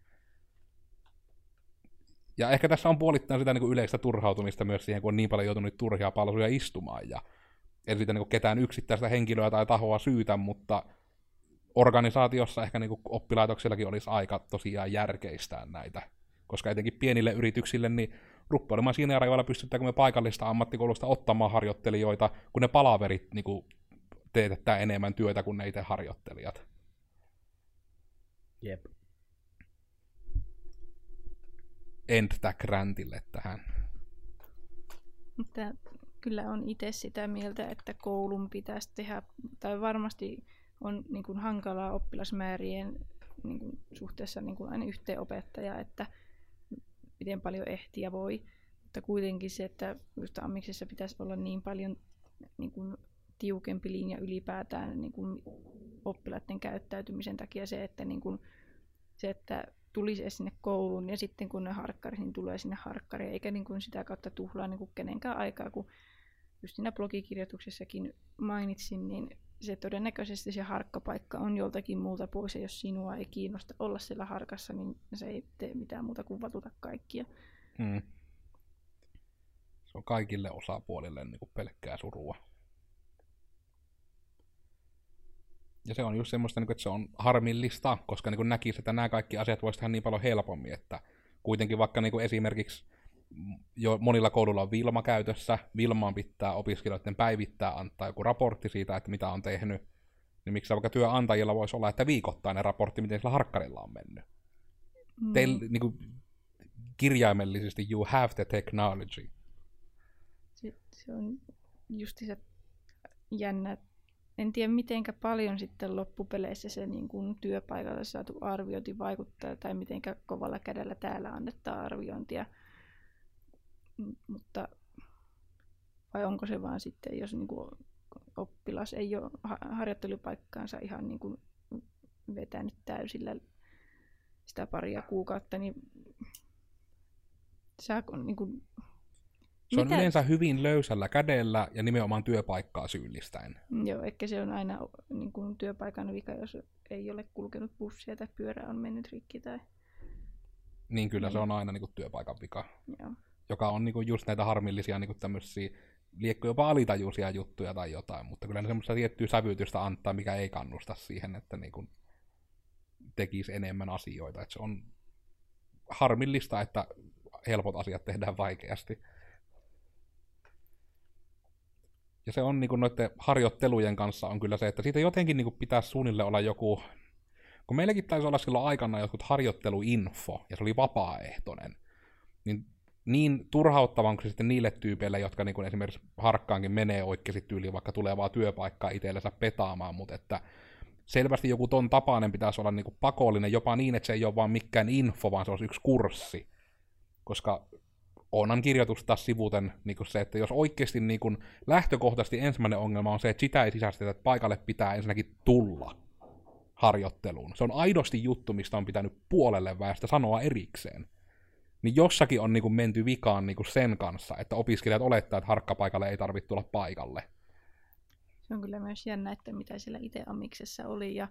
Ja ehkä tässä on puolittain sitä niin kuin yleistä turhautumista myös siihen, kun on niin paljon joutunut turhia palsuja istumaan. Ja en sitä niin kuin ketään yksittäistä henkilöä tai tahoa syytä, mutta organisaatiossa ehkä niin kuin oppilaitoksillakin olisi aika tosiaan järkeistää näitä. Koska etenkin pienille yrityksille niin rupeaa olemaan siinä rajalla, pystytäänkö me paikallista ammattikoulusta ottamaan harjoittelijoita, kun ne palaverit niin kuin teetettää enemmän työtä kuin ne itse harjoittelijat. Jep. End tag rantille tähän. Mutta kyllä on itse sitä mieltä, että koulun pitäisi tehdä, tai varmasti on niin kuin hankalaa oppilasmäärien niin kuin suhteessa niin kuin aina yhteen opettaja, että miten paljon ehtii ja voi. Mutta kuitenkin se, että just amiksessa pitäisi olla niin paljon niin kuin tiukempi linja ylipäätään niin kuin oppilaiden käyttäytymisen takia se, että, niin kuin, se, että tulisi sinne kouluun ja sitten kun ne harkkarit, niin tulee sinne harkkariin, eikä niin kuin sitä kautta tuhlaa niin kuin kenenkään aikaa, kun just siinä blogikirjoituksessakin mainitsin, niin se todennäköisesti se harkkapaikka on joltakin muulta pois, ja jos sinua ei kiinnosta olla siellä harkassa, niin se ei tee mitään muuta kuin vatuta kaikkia. Hmm. Se on kaikille osapuolille niin kuin pelkkää surua. Ja se on just semmoista, että se on harmillista, koska niin näkisi, että nämä kaikki asiat voisi tehdä niin paljon helpommin, että kuitenkin vaikka niin esimerkiksi jo monilla kouluilla on Vilma käytössä, Vilmaan pitää opiskelijoiden päivittää antaa joku raportti siitä, että mitä on tehnyt, niin miksi vaikka työnantajilla voisi olla, että viikoittainen raportti, miten sillä harkkarilla on mennyt. Mm. Teillä niin kuin, kirjaimellisesti you have the technology. Se, se on just se jännä. En tiedä, mitenkä paljon sitten loppupeleissä se niin kuin työpaikalla saatu arviointi vaikuttaa, tai mitenkä kovalla kädellä täällä annetaan arviointia. M- mutta vai onko se vaan sitten, jos niin kuin oppilas ei ole harjoittelupaikkaansa ihan niin kuin vetänyt täysillä sitä paria kuukautta, niin saako niin kuin se on mitä? Yleensä hyvin löysällä kädellä ja nimenomaan työpaikkaa syyllistäen. Joo, ehkä se on aina niin kuin työpaikan vika, jos ei ole kulkenut bussia tai pyörä on mennyt rikki. Tai... Niin kyllä, niin. Se on aina niin kuin työpaikan vika. Joo. Joka on niin kuin just näitä harmillisia niin kuin tämmöisiä, liekko jopa alitajuisia juttuja tai jotain, mutta kyllä ne semmoista tiettyä sävytystä antaa, mikä ei kannusta siihen, että niin kuin tekisi enemmän asioita. Että se on harmillista, että helpot asiat tehdään vaikeasti. Ja se on niin kuin noiden harjoittelujen kanssa on kyllä se, että siitä jotenkin niin kuin pitäisi suunnilleen olla joku kun meilläkin taisi olla silloin aikana jotkut harjoitteluinfo, ja se oli vapaaehtoinen, niin niin turhauttavan kuin se sitten niille tyypeille, jotka niin kuin esimerkiksi harkkaankin menee oikeasti tyyliin, vaikka tulee vaan työpaikkaa itsellensä petaamaan, mutta että selvästi joku ton tapainen pitäisi olla niin kuin pakollinen, jopa niin, että se ei ole vaan mikään info, vaan se olisi yksi kurssi. Koska onhan kirjoitus taas sivuten niin kuin se, että jos oikeasti niin kuin lähtökohtaisesti ensimmäinen ongelma on se, että sitä ei sisäistetä, että paikalle pitää ensinnäkin tulla harjoitteluun. Se on aidosti juttu, mistä on pitänyt puolelle väestä sanoa erikseen. Niin jossakin on niin kuin menty vikaan niin kuin sen kanssa, että opiskelijat olettaa, että harkkapaikalle ei tarvitse tulla paikalle. Se on kyllä myös jännä, että mitä siellä itse amiksessa oli. Ja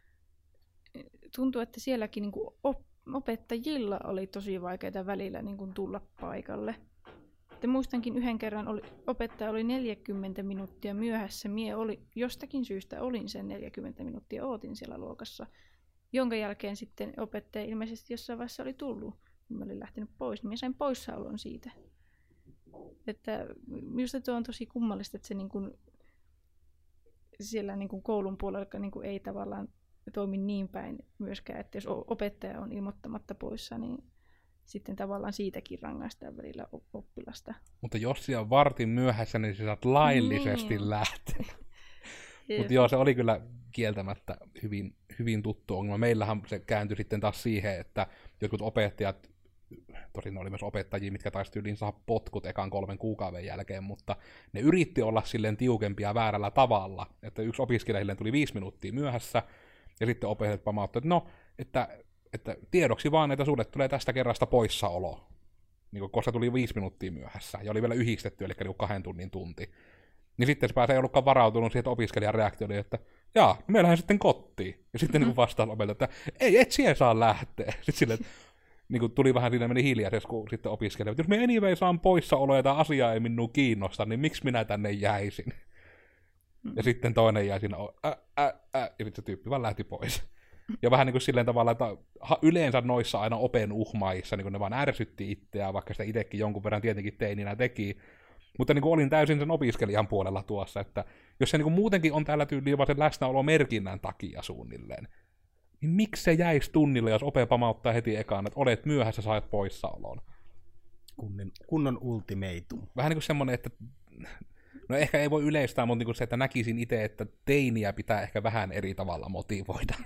tuntuu, että sielläkin niin kuin op- opettajilla oli tosi vaikeaa välillä niin kuin tulla paikalle. Te muistankin yhden kerran oli, opettaja oli neljäkymmentä minuuttia myöhässä. Mie oli, jostakin syystä olin sen neljäkymmentä minuuttia, ootin siellä luokassa. Jonka jälkeen sitten opettaja ilmeisesti jossain vaiheessa oli tullut. Mä olin lähtenyt pois, niin mä sain poissaolon siitä. Että minusta tuo on tosi kummallista, että se niin kuin siellä niin kuin koulun puolella niin kuin ei tavallaan toimi niin päin myöskään, että jos opettaja on ilmoittamatta poissa, niin sitten tavallaan siitäkin rangaistaan välillä oppilasta. Mutta jos siellä on vartin myöhässä, niin sä saat laillisesti niin lähteä. Mutta joo, se oli kyllä kieltämättä hyvin, hyvin tuttu ongelma. Meillähän se kääntyi sitten taas siihen, että jotkut opettajat, tosin ne oli myös opettajia, mitkä taisi tyyliin saada potkut ekan kolmen kuukauden jälkeen, mutta ne yritti olla silleen tiukempia väärällä tavalla, että yksi opiskelija tuli viisi minuuttia myöhässä, ja sitten opettajat pamauttivat, että no, että, että tiedoksi vaan, että sulle tulee tästä kerrasta poissaolo, niin koska tuli viisi minuuttia myöhässä, ja oli vielä yhdistetty, eli niin kahden tunnin tunti. Niin sitten se pääsee ei ollutkaan varautunut siihen, että opiskelijan reaktio oli, että jaa, no me lähdemme sitten kotiin. Ja sitten mm-hmm. niin vastaan opelta, että ei, et siihen saa lähteä. Sitten silleen, että niin kuin tuli vähän siinä meni hiljaisesti, kun sitten opiskelija, että jos me anyway saan poissaoloja tai asiaa ei minua kiinnosta, niin miksi minä tänne jäisin? Mm-hmm. Ja sitten toinen jäi siinä, ä, ä, ä, ja sitten se tyyppi vaan lähti pois. Ja vähän niin kuin silleen tavalla, että yleensä noissa aina open uhmaissa, niin kuin ne vaan ärsytti itseään, vaikka sitä itsekin jonkun verran tietenkin teininä teki. Mutta niin kuin olin täysin sen opiskelijan puolella tuossa, että jos se niin kuin muutenkin on täällä tyyliin vaan sen läsnäolo merkinnän takia suunnilleen, niin miksi se jäisi tunnille, jos ope pamauttaa heti ekaan, että olet myöhässä, saat poissaoloon? Kunnon, kunnon ultimatum. Vähän niin kuin semmoinen, että no ehkä ei voi yleistää, mutta niin kuin se, että näkisin itse, että teiniä pitää ehkä vähän eri tavalla motivoida,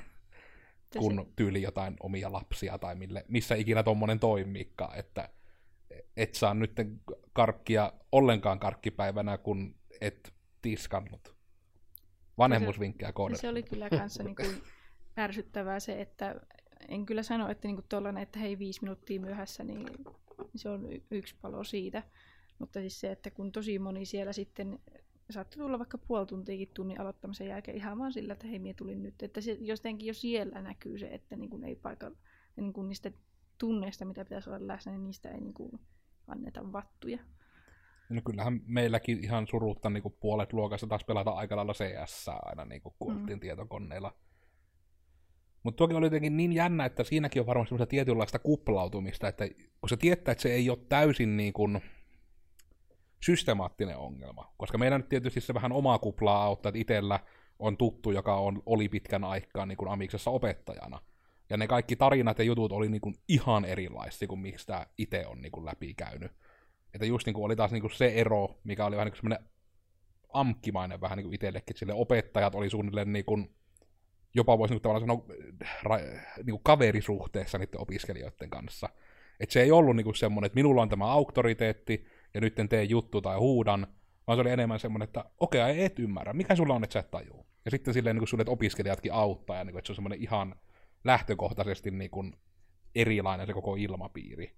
kun tyyli jotain omia lapsia tai mille, missä ikinä tommonen toimiikaan, että et saa nyt karkkia ollenkaan karkkipäivänä, kun et tiskannut vanhemmuusvinkkejä kohdassa. Se oli kyllä kanssa niin kuin ärsyttävää se, että en kyllä sano, että niin tollainen, että hei viisi minuuttia myöhässä, niin se on y- yksi palo siitä. Mutta siis se, että kun tosi moni siellä sitten saattoi tulla vaikka puoli tuntiakin tunnin aloittamisen jälkeen ihan vaan sillä, että hei mie tulin nyt. Että se, jotenkin jo siellä näkyy se, että niin kuin ei paikalla, niin kuin niistä tunneista, mitä pitäisi olla läsnä, niin niistä ei niin kuin anneta vattuja. No kyllähän meilläkin ihan surutta niin kuin puolet luokasta taas pelata aika lailla C S aina, niin kuin kun oltiin mm. tietokoneilla. Mutta tuokin oli jotenkin niin jännä, että siinäkin on varmasti semmoista tietynlaista kuplautumista, että kun se tietää, että se ei ole täysin niin kuin systemaattinen ongelma. Koska meidän nyt tietysti se vähän omaa kuplaa auttaa, että itsellä on tuttu, joka on, oli pitkän aikaa niin kuin amiksessa opettajana. Ja ne kaikki tarinat ja jutut oli niin kuin ihan erilaisia kuin miksi tämä itse on niin kuin läpikäynyt. Että just niin kuin oli taas niin kuin se ero, mikä oli vähän niin kuin semmoinen amkkimainen vähän niin kuin itsellekin. Sille opettajat oli suunnilleen niin kuin, jopa voisi niin kuin tavallaan sanoa ra, niin kuin kaverisuhteessa niiden opiskelijoiden kanssa. Että se ei ollut niin kuin semmoinen, että minulla on tämä auktoriteetti ja nyt en tee juttu tai huudan, vaan se oli enemmän semmoinen, että okei, okay, et ymmärrä, mikä sulla on, että sä et tajuu. Ja sitten silleen niin kuin sulle opiskelijatkin auttaa, ja niin kuin, että se on semmoinen ihan lähtökohtaisesti niin kuin erilainen se koko ilmapiiri.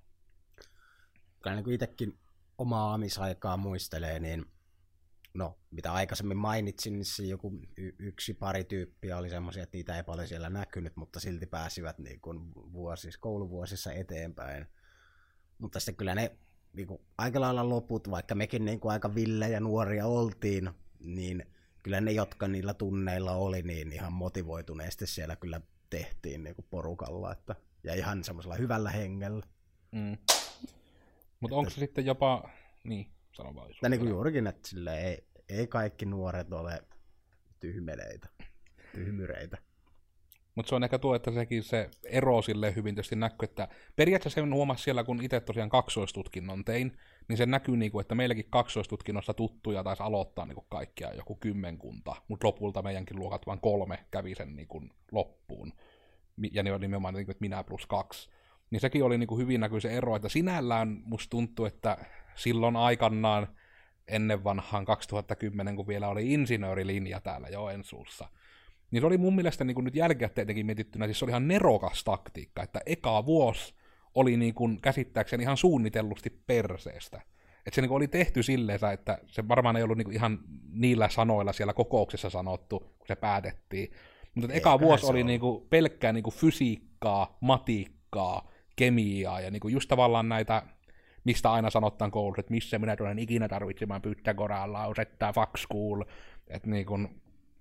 Kyllä niin kuin itsekin omaa amisaikaa muistelee, niin no, mitä aikaisemmin mainitsin, niin se joku y- yksi pari tyyppiä oli semmoisia, että niitä ei paljon siellä näkynyt, mutta silti pääsivät niin kuin vuosissa, kouluvuosissa eteenpäin. Mutta sitten kyllä ne niin kuin aika lailla loput, vaikka mekin niin kuin aika villejä nuoria oltiin, niin kyllä ne, jotka niillä tunneilla oli, niin ihan motivoituneesti siellä kyllä tehtiin niin kuin porukalla, että, ja ihan semmoisella hyvällä hengellä. Mm. Mutta onko se sitten jopa, niin, sano vaan. Niin kuin juurikin, että sille ei, ei kaikki nuoret ole tyhmeleitä, tyhmyreitä. Mutta se on ehkä tuo, että sekin se ero silleen hyvin tietysti näkyy, että periaatteessa sen huomasi siellä, kun itse tosiaan kaksoistutkinnon tein, niin se näkyy, niinku, että meilläkin kaksoistutkinnossa tuttuja taisi aloittaa niinku kaikkia joku kymmenkunta, mutta lopulta meidänkin luokat vain kolme kävi sen niinku loppuun. Ja ne oli nimenomaan, että minä plus kaksi. Niin sekin oli niinku hyvin näkyy se ero, että sinällään musta tuntuu, että silloin aikanaan ennen vanhaan kaksituhattakymmenen, kun vielä oli insinöörilinja täällä Joensuussa, niin se oli mun mielestä niin kuin nyt jälkikäteen tietenkin mietittynä, siis se oli ihan nerokas taktiikka, että eka vuosi oli niin kuin käsittääkseni ihan suunnitellusti perseestä. Että se niin kuin oli tehty silleen, että se varmaan ei ollut niin kuin ihan niillä sanoilla siellä kokouksessa sanottu, kun se päätettiin. Mutta eka vuosi oli niin kuin pelkkää niin kuin fysiikkaa, matiikkaa, kemiaa ja niin kuin just tavallaan näitä, mistä aina sanotaan koulussa, että missä minä tulen ikinä tarvitsemaan Pythagoran lausetta, fuck school, että niin kuin.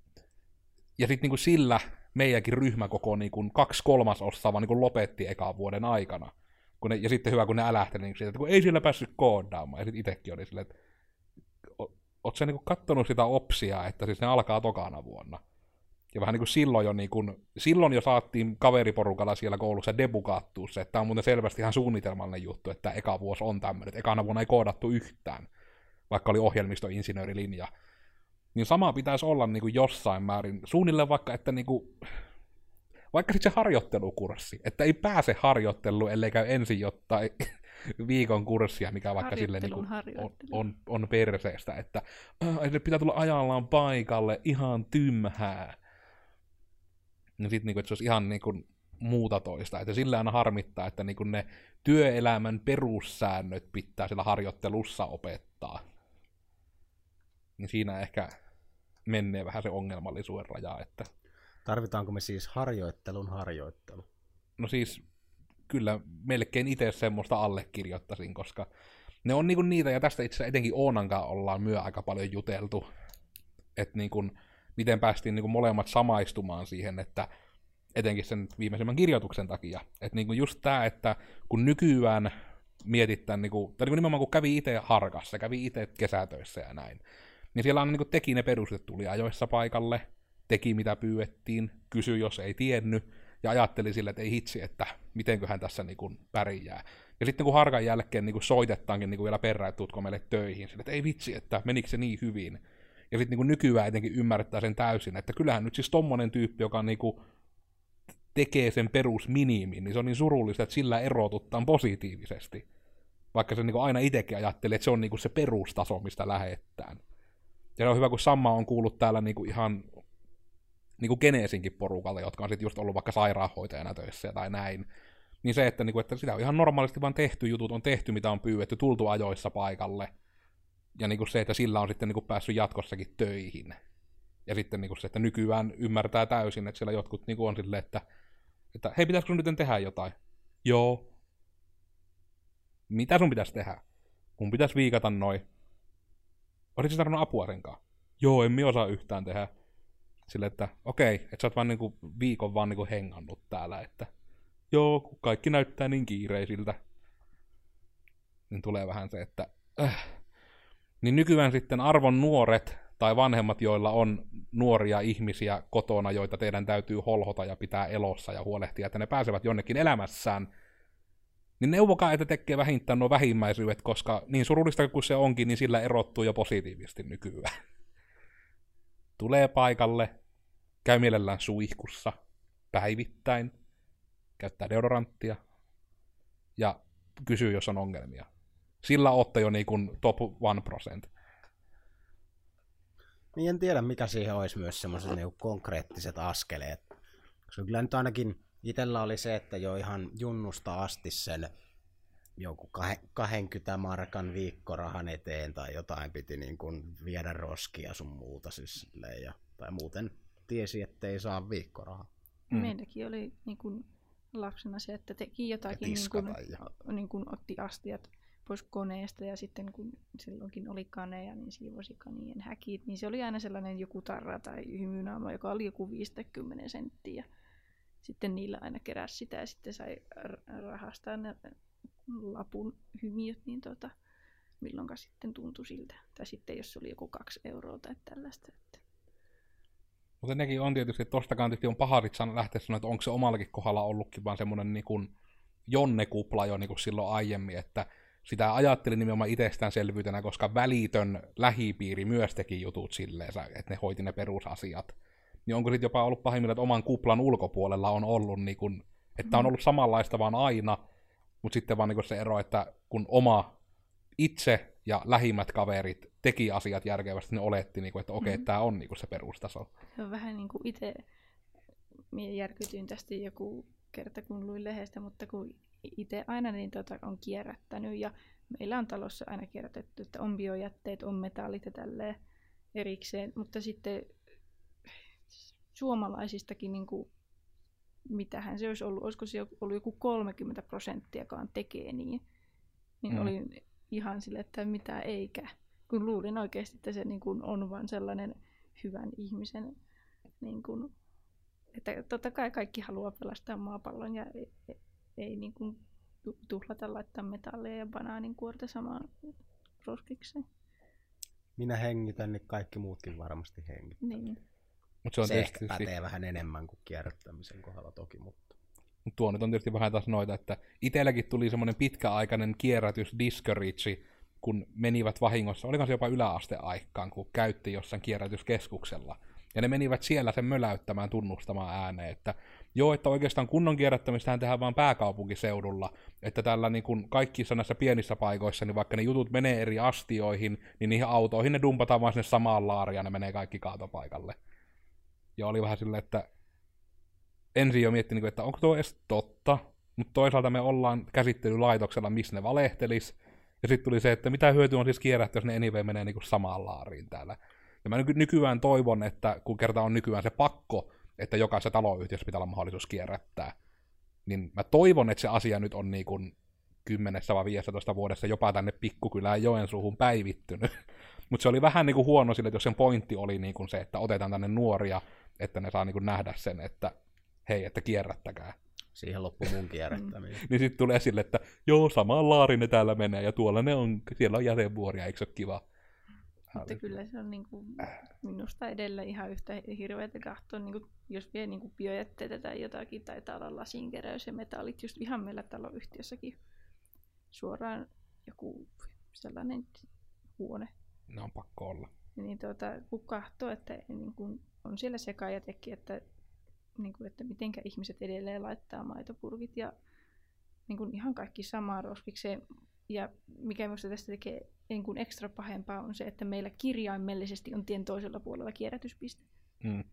Ja sitten niinku sillä meidänkin ryhmäkoko niinku kaksi kolmasosaa vaan niinku lopetti ekan vuoden aikana. Kun ne, ja sitten hyvä, kun ne älähteli niinku siitä, että kun ei siellä päässyt koodaamaan. Ja sitten itsekin oli silleen, että oot sä niinku kattonut sitä opsia, että siis ne alkaa tokana vuonna. Ja vähän niinku silloin jo, niinku, silloin jo saatiin kaveriporukalla siellä koulussa debugattua se, että tämä on muuten selvästi ihan suunnitelmallinen juttu, että eka vuosi on tämmöinen. Ekana vuonna ei koodattu yhtään, vaikka oli ohjelmistoinsinöörilinja. Niin sama pitäisi olla niin kuin jossain määrin, suunnilleen vaikka, että niin kuin, vaikka sitten se harjoittelukurssi, että ei pääse harjoitteluun, ellei käy ensin jotain viikon kurssia, mikä vaikka silleen niin kuin on, on, on perseestä, että äh, pitää tulla ajallaan paikalle, ihan tymhää. Ja sitten, niin kuin, että se olisi ihan niin kuin muuta toista, että sillä aina harmittaa, että niin kuin ne työelämän perussäännöt pitää siellä harjoittelussa opettaa. Niin siinä ehkä menee vähän se ongelmallisuuden raja, että. Tarvitaanko me siis harjoittelun harjoittelu? No siis kyllä melkein itse semmoista allekirjoittaisin, koska ne on niinku niitä, ja tästä itse asiassa etenkin Oonankaan ollaan myö aika paljon juteltu, että niinku, miten päästiin niinku molemmat samaistumaan siihen, että etenkin sen viimeisemmän kirjoituksen takia, että niinku just tämä, että kun nykyään mietitään, niinku, tai niinku nimenomaan kun kävi itse Harkassa, kävi itse kesätöissä ja näin, niin siellä aina niin teki ne perusteet, tuli ajoissa paikalle, teki mitä pyydettiin, kysyi jos ei tiennyt, ja ajatteli sille, että ei hitsi, että mitenköhän tässä niin kuin pärjää. Ja sitten kun Harkan jälkeen niin kuin soitetaankin niin kuin vielä perään, että tuutko meille töihin, sille, että ei vitsi, että menikö se niin hyvin. Ja sitten niin kuin nykyään etenkin ymmärtää sen täysin, että kyllähän nyt siis tommonen tyyppi, joka niin kuin tekee sen perusminimin, niin se on niin surullista, että sillä erotutaan positiivisesti. Vaikka se niin kuin aina itsekin ajattelee, että se on niin kuin se perustaso, mistä lähdetään. Ja se on hyvä, kun sama on kuullut täällä niinku ihan niinku Geneesinkin porukalle, jotka on sitten just ollut vaikka sairaanhoitajana töissä tai näin. Niin se, että, niinku, että sitä on ihan normaalisti vaan tehty jutut, on tehty mitä on pyydetty, tultu ajoissa paikalle. Ja niinku se, että sillä on sitten niinku päässyt jatkossakin töihin. Ja sitten niinku se, että nykyään ymmärtää täysin, että siellä jotkut niinku on silleen, että, että hei, pitäisikö sun nyt tehdä jotain? Joo. Mitä sun pitäisi tehdä? Mun pitäisi viikata noin. Oletko tarvinnut apua senkaan? Joo, en minä osaa yhtään tehdä. Sille, että okei, että sä oot vaan niinku viikon vaan niinku hengannut täällä, että joo, kun kaikki näyttää niin kiireisiltä. Niin tulee vähän se, että äh. Niin nykyään sitten arvon nuoret tai vanhemmat, joilla on nuoria ihmisiä kotona, joita teidän täytyy holhota ja pitää elossa ja huolehtia, että ne pääsevät jonnekin elämässään, niin neuvokaa, että tekee vähintään nuo vähimmäisyydet, koska niin surullista kuin se onkin, niin sillä erottuu jo positiivisesti nykyään. Tulee paikalle, käy mielellään suihkussa päivittäin, käyttää deodoranttia ja kysyy, jos on ongelmia. Sillä ootte jo niin kuin top one percent. Niin en tiedä, mikä siihen olisi myös semmoiset niin konkreettiset askeleet. Koska kyllä nyt ainakin itsellä oli se, että jo ihan junnusta asti sen joku kaksikymmentä markan viikkorahan eteen tai jotain piti niin kuin viedä roskia sun muuta siis silleen, ja, tai muuten tiesi, ettei saa viikkorahaa. Mm. Meilläkin oli niin kuin lapsena se, että teki jotakin, niin kuin, niin kuin otti astiat pois koneesta ja sitten kun silloinkin oli kaneja, niin siivosi kanien häkit, niin se oli aina sellainen joku tarra tai hymynaama, joka oli joku viisikymmentä senttiä. Sitten niillä aina keräsi sitä ja sitten sai rahastaa ne lapun hymiöt, niin tota, milloinka sitten tuntui siltä. Tai sitten jos oli joku kaksi euroa tai tällaista. Että. Mutta nekin on tietysti, että tostakaan tietysti on paha sit lähteä sanoa, että onko se omallakin kohdalla ollutkin vaan semmoinen niin kuin jonnekupla jo niin kuin silloin aiemmin, että sitä ajattelin nimenomaan itsestäänselvyytenä, koska välitön lähipiiri myös teki jutut silleen, että ne hoiti ne perusasiat. Niin onko sitten jopa ollut pahimmillaan, että oman kuplan ulkopuolella on ollut, niin kun, että on ollut samanlaista vaan aina, mutta sitten vaan niin se ero, että kun oma itse ja lähimmät kaverit teki asiat järkevästi, ne oletti, niin kun, että okei, mm-hmm. tämä on niin se perustaso. Se on vähän niin kuin itse, minä järkytyin tästä joku kerta, kun luin lehdestä, mutta kun itse aina niin tota on kierrättänyt ja meillä on talossa aina kierrätetty, että on biojätteet, on metallit ja tälleen erikseen, mutta sitten suomalaisistakin, niin kuin, mitähän se olisi ollut, olisiko se ollut joku kolmekymmentä prosenttiakaan tekee niin, niin mm. olin ihan sille, että mitä eikä, kun luulin oikeasti, että se niin kuin on vain sellainen hyvän ihmisen, niin kuin, että totta kai kaikki haluaa pelastaa maapallon ja ei, ei, ei niin kuin tuhlata laittaa metalleja ja banaaninkuorta samaan roskikseen. Minä hengitän, niin kaikki muutkin varmasti hengittää. Niin. Mut se on se tietysti, ehkä pätee vähän enemmän kuin kierrättämisen kohdalla toki, mutta... Mut tuo nyt on tietysti vähän taas noita, että itselläkin tuli semmoinen pitkäaikainen kierrätys discourage, kun menivät vahingossa, olikohan se jopa yläasteaikaan, kun käytti jossain kierrätyskeskuksella. Ja ne menivät siellä sen möläyttämään, tunnustamaan ääneen, että joo, että oikeastaan kunnon kierrättämistähän tehdään vaan pääkaupunkiseudulla, että tällä niin kun kaikissa näissä pienissä paikoissa, niin vaikka ne jutut menee eri astioihin, niin niihin autoihin ne dumpataan vaan sinne samaan laariin ja ne menee kaikki kaatopaikalle. Ja oli vähän silleen, että ensin jo miettinyt, että onko tuo edes totta, mutta toisaalta me ollaan käsittelylaitoksella, missä ne valehtelis, ja sitten tuli se, että mitä hyötyä on siis kierrättää, jos ne anyway menee niin kuin samaan laariin täällä. Ja mä nyky- nykyään toivon, että kun kerta on nykyään se pakko, että jokaisessa taloyhtiössä pitää olla mahdollisuus kierrättää, niin mä toivon, että se asia nyt on niin kuin kymmenessä vai viisitoista vuodessa jopa tänne pikkukylään Joensuuhun päivittynyt. Mutta se oli vähän niin kuin huono sille, että jos sen pointti oli niin kuin se, että otetaan tänne nuoria, että ne saa niin kuin nähdä sen, että hei, että kierrättäkää. Siihen loppui mun kierrättäminen. Niin sitten tulee esille, että joo, samaan laariin ne täällä menee, ja tuolla ne on, siellä on jäsenvuoria, eikö se ole kiva? Mutta kyllä se on niin kuin minusta edelleen ihan yhtä hirveätä katsoa, niin kuin jos vie niin kuin biojätteitä tai jotakin, taitaa olla lasinkeräys ja metallit, just ihan meillä taloyhtiössäkin suoraan joku sellainen huone. Ne on pakko olla. Niin tuota, kun katsoo, että niin kuin on siellä sekajätekin, että, niin kuin, että mitenkä ihmiset edelleen laittaa maitopurkit ja niin kuin ihan kaikki samaan roskikseen. Ja mikä minusta tästä tekee niin kuin ekstra pahempaa on se, että meillä kirjaimellisesti on tien toisella puolella kierrätyspiste. Hmm.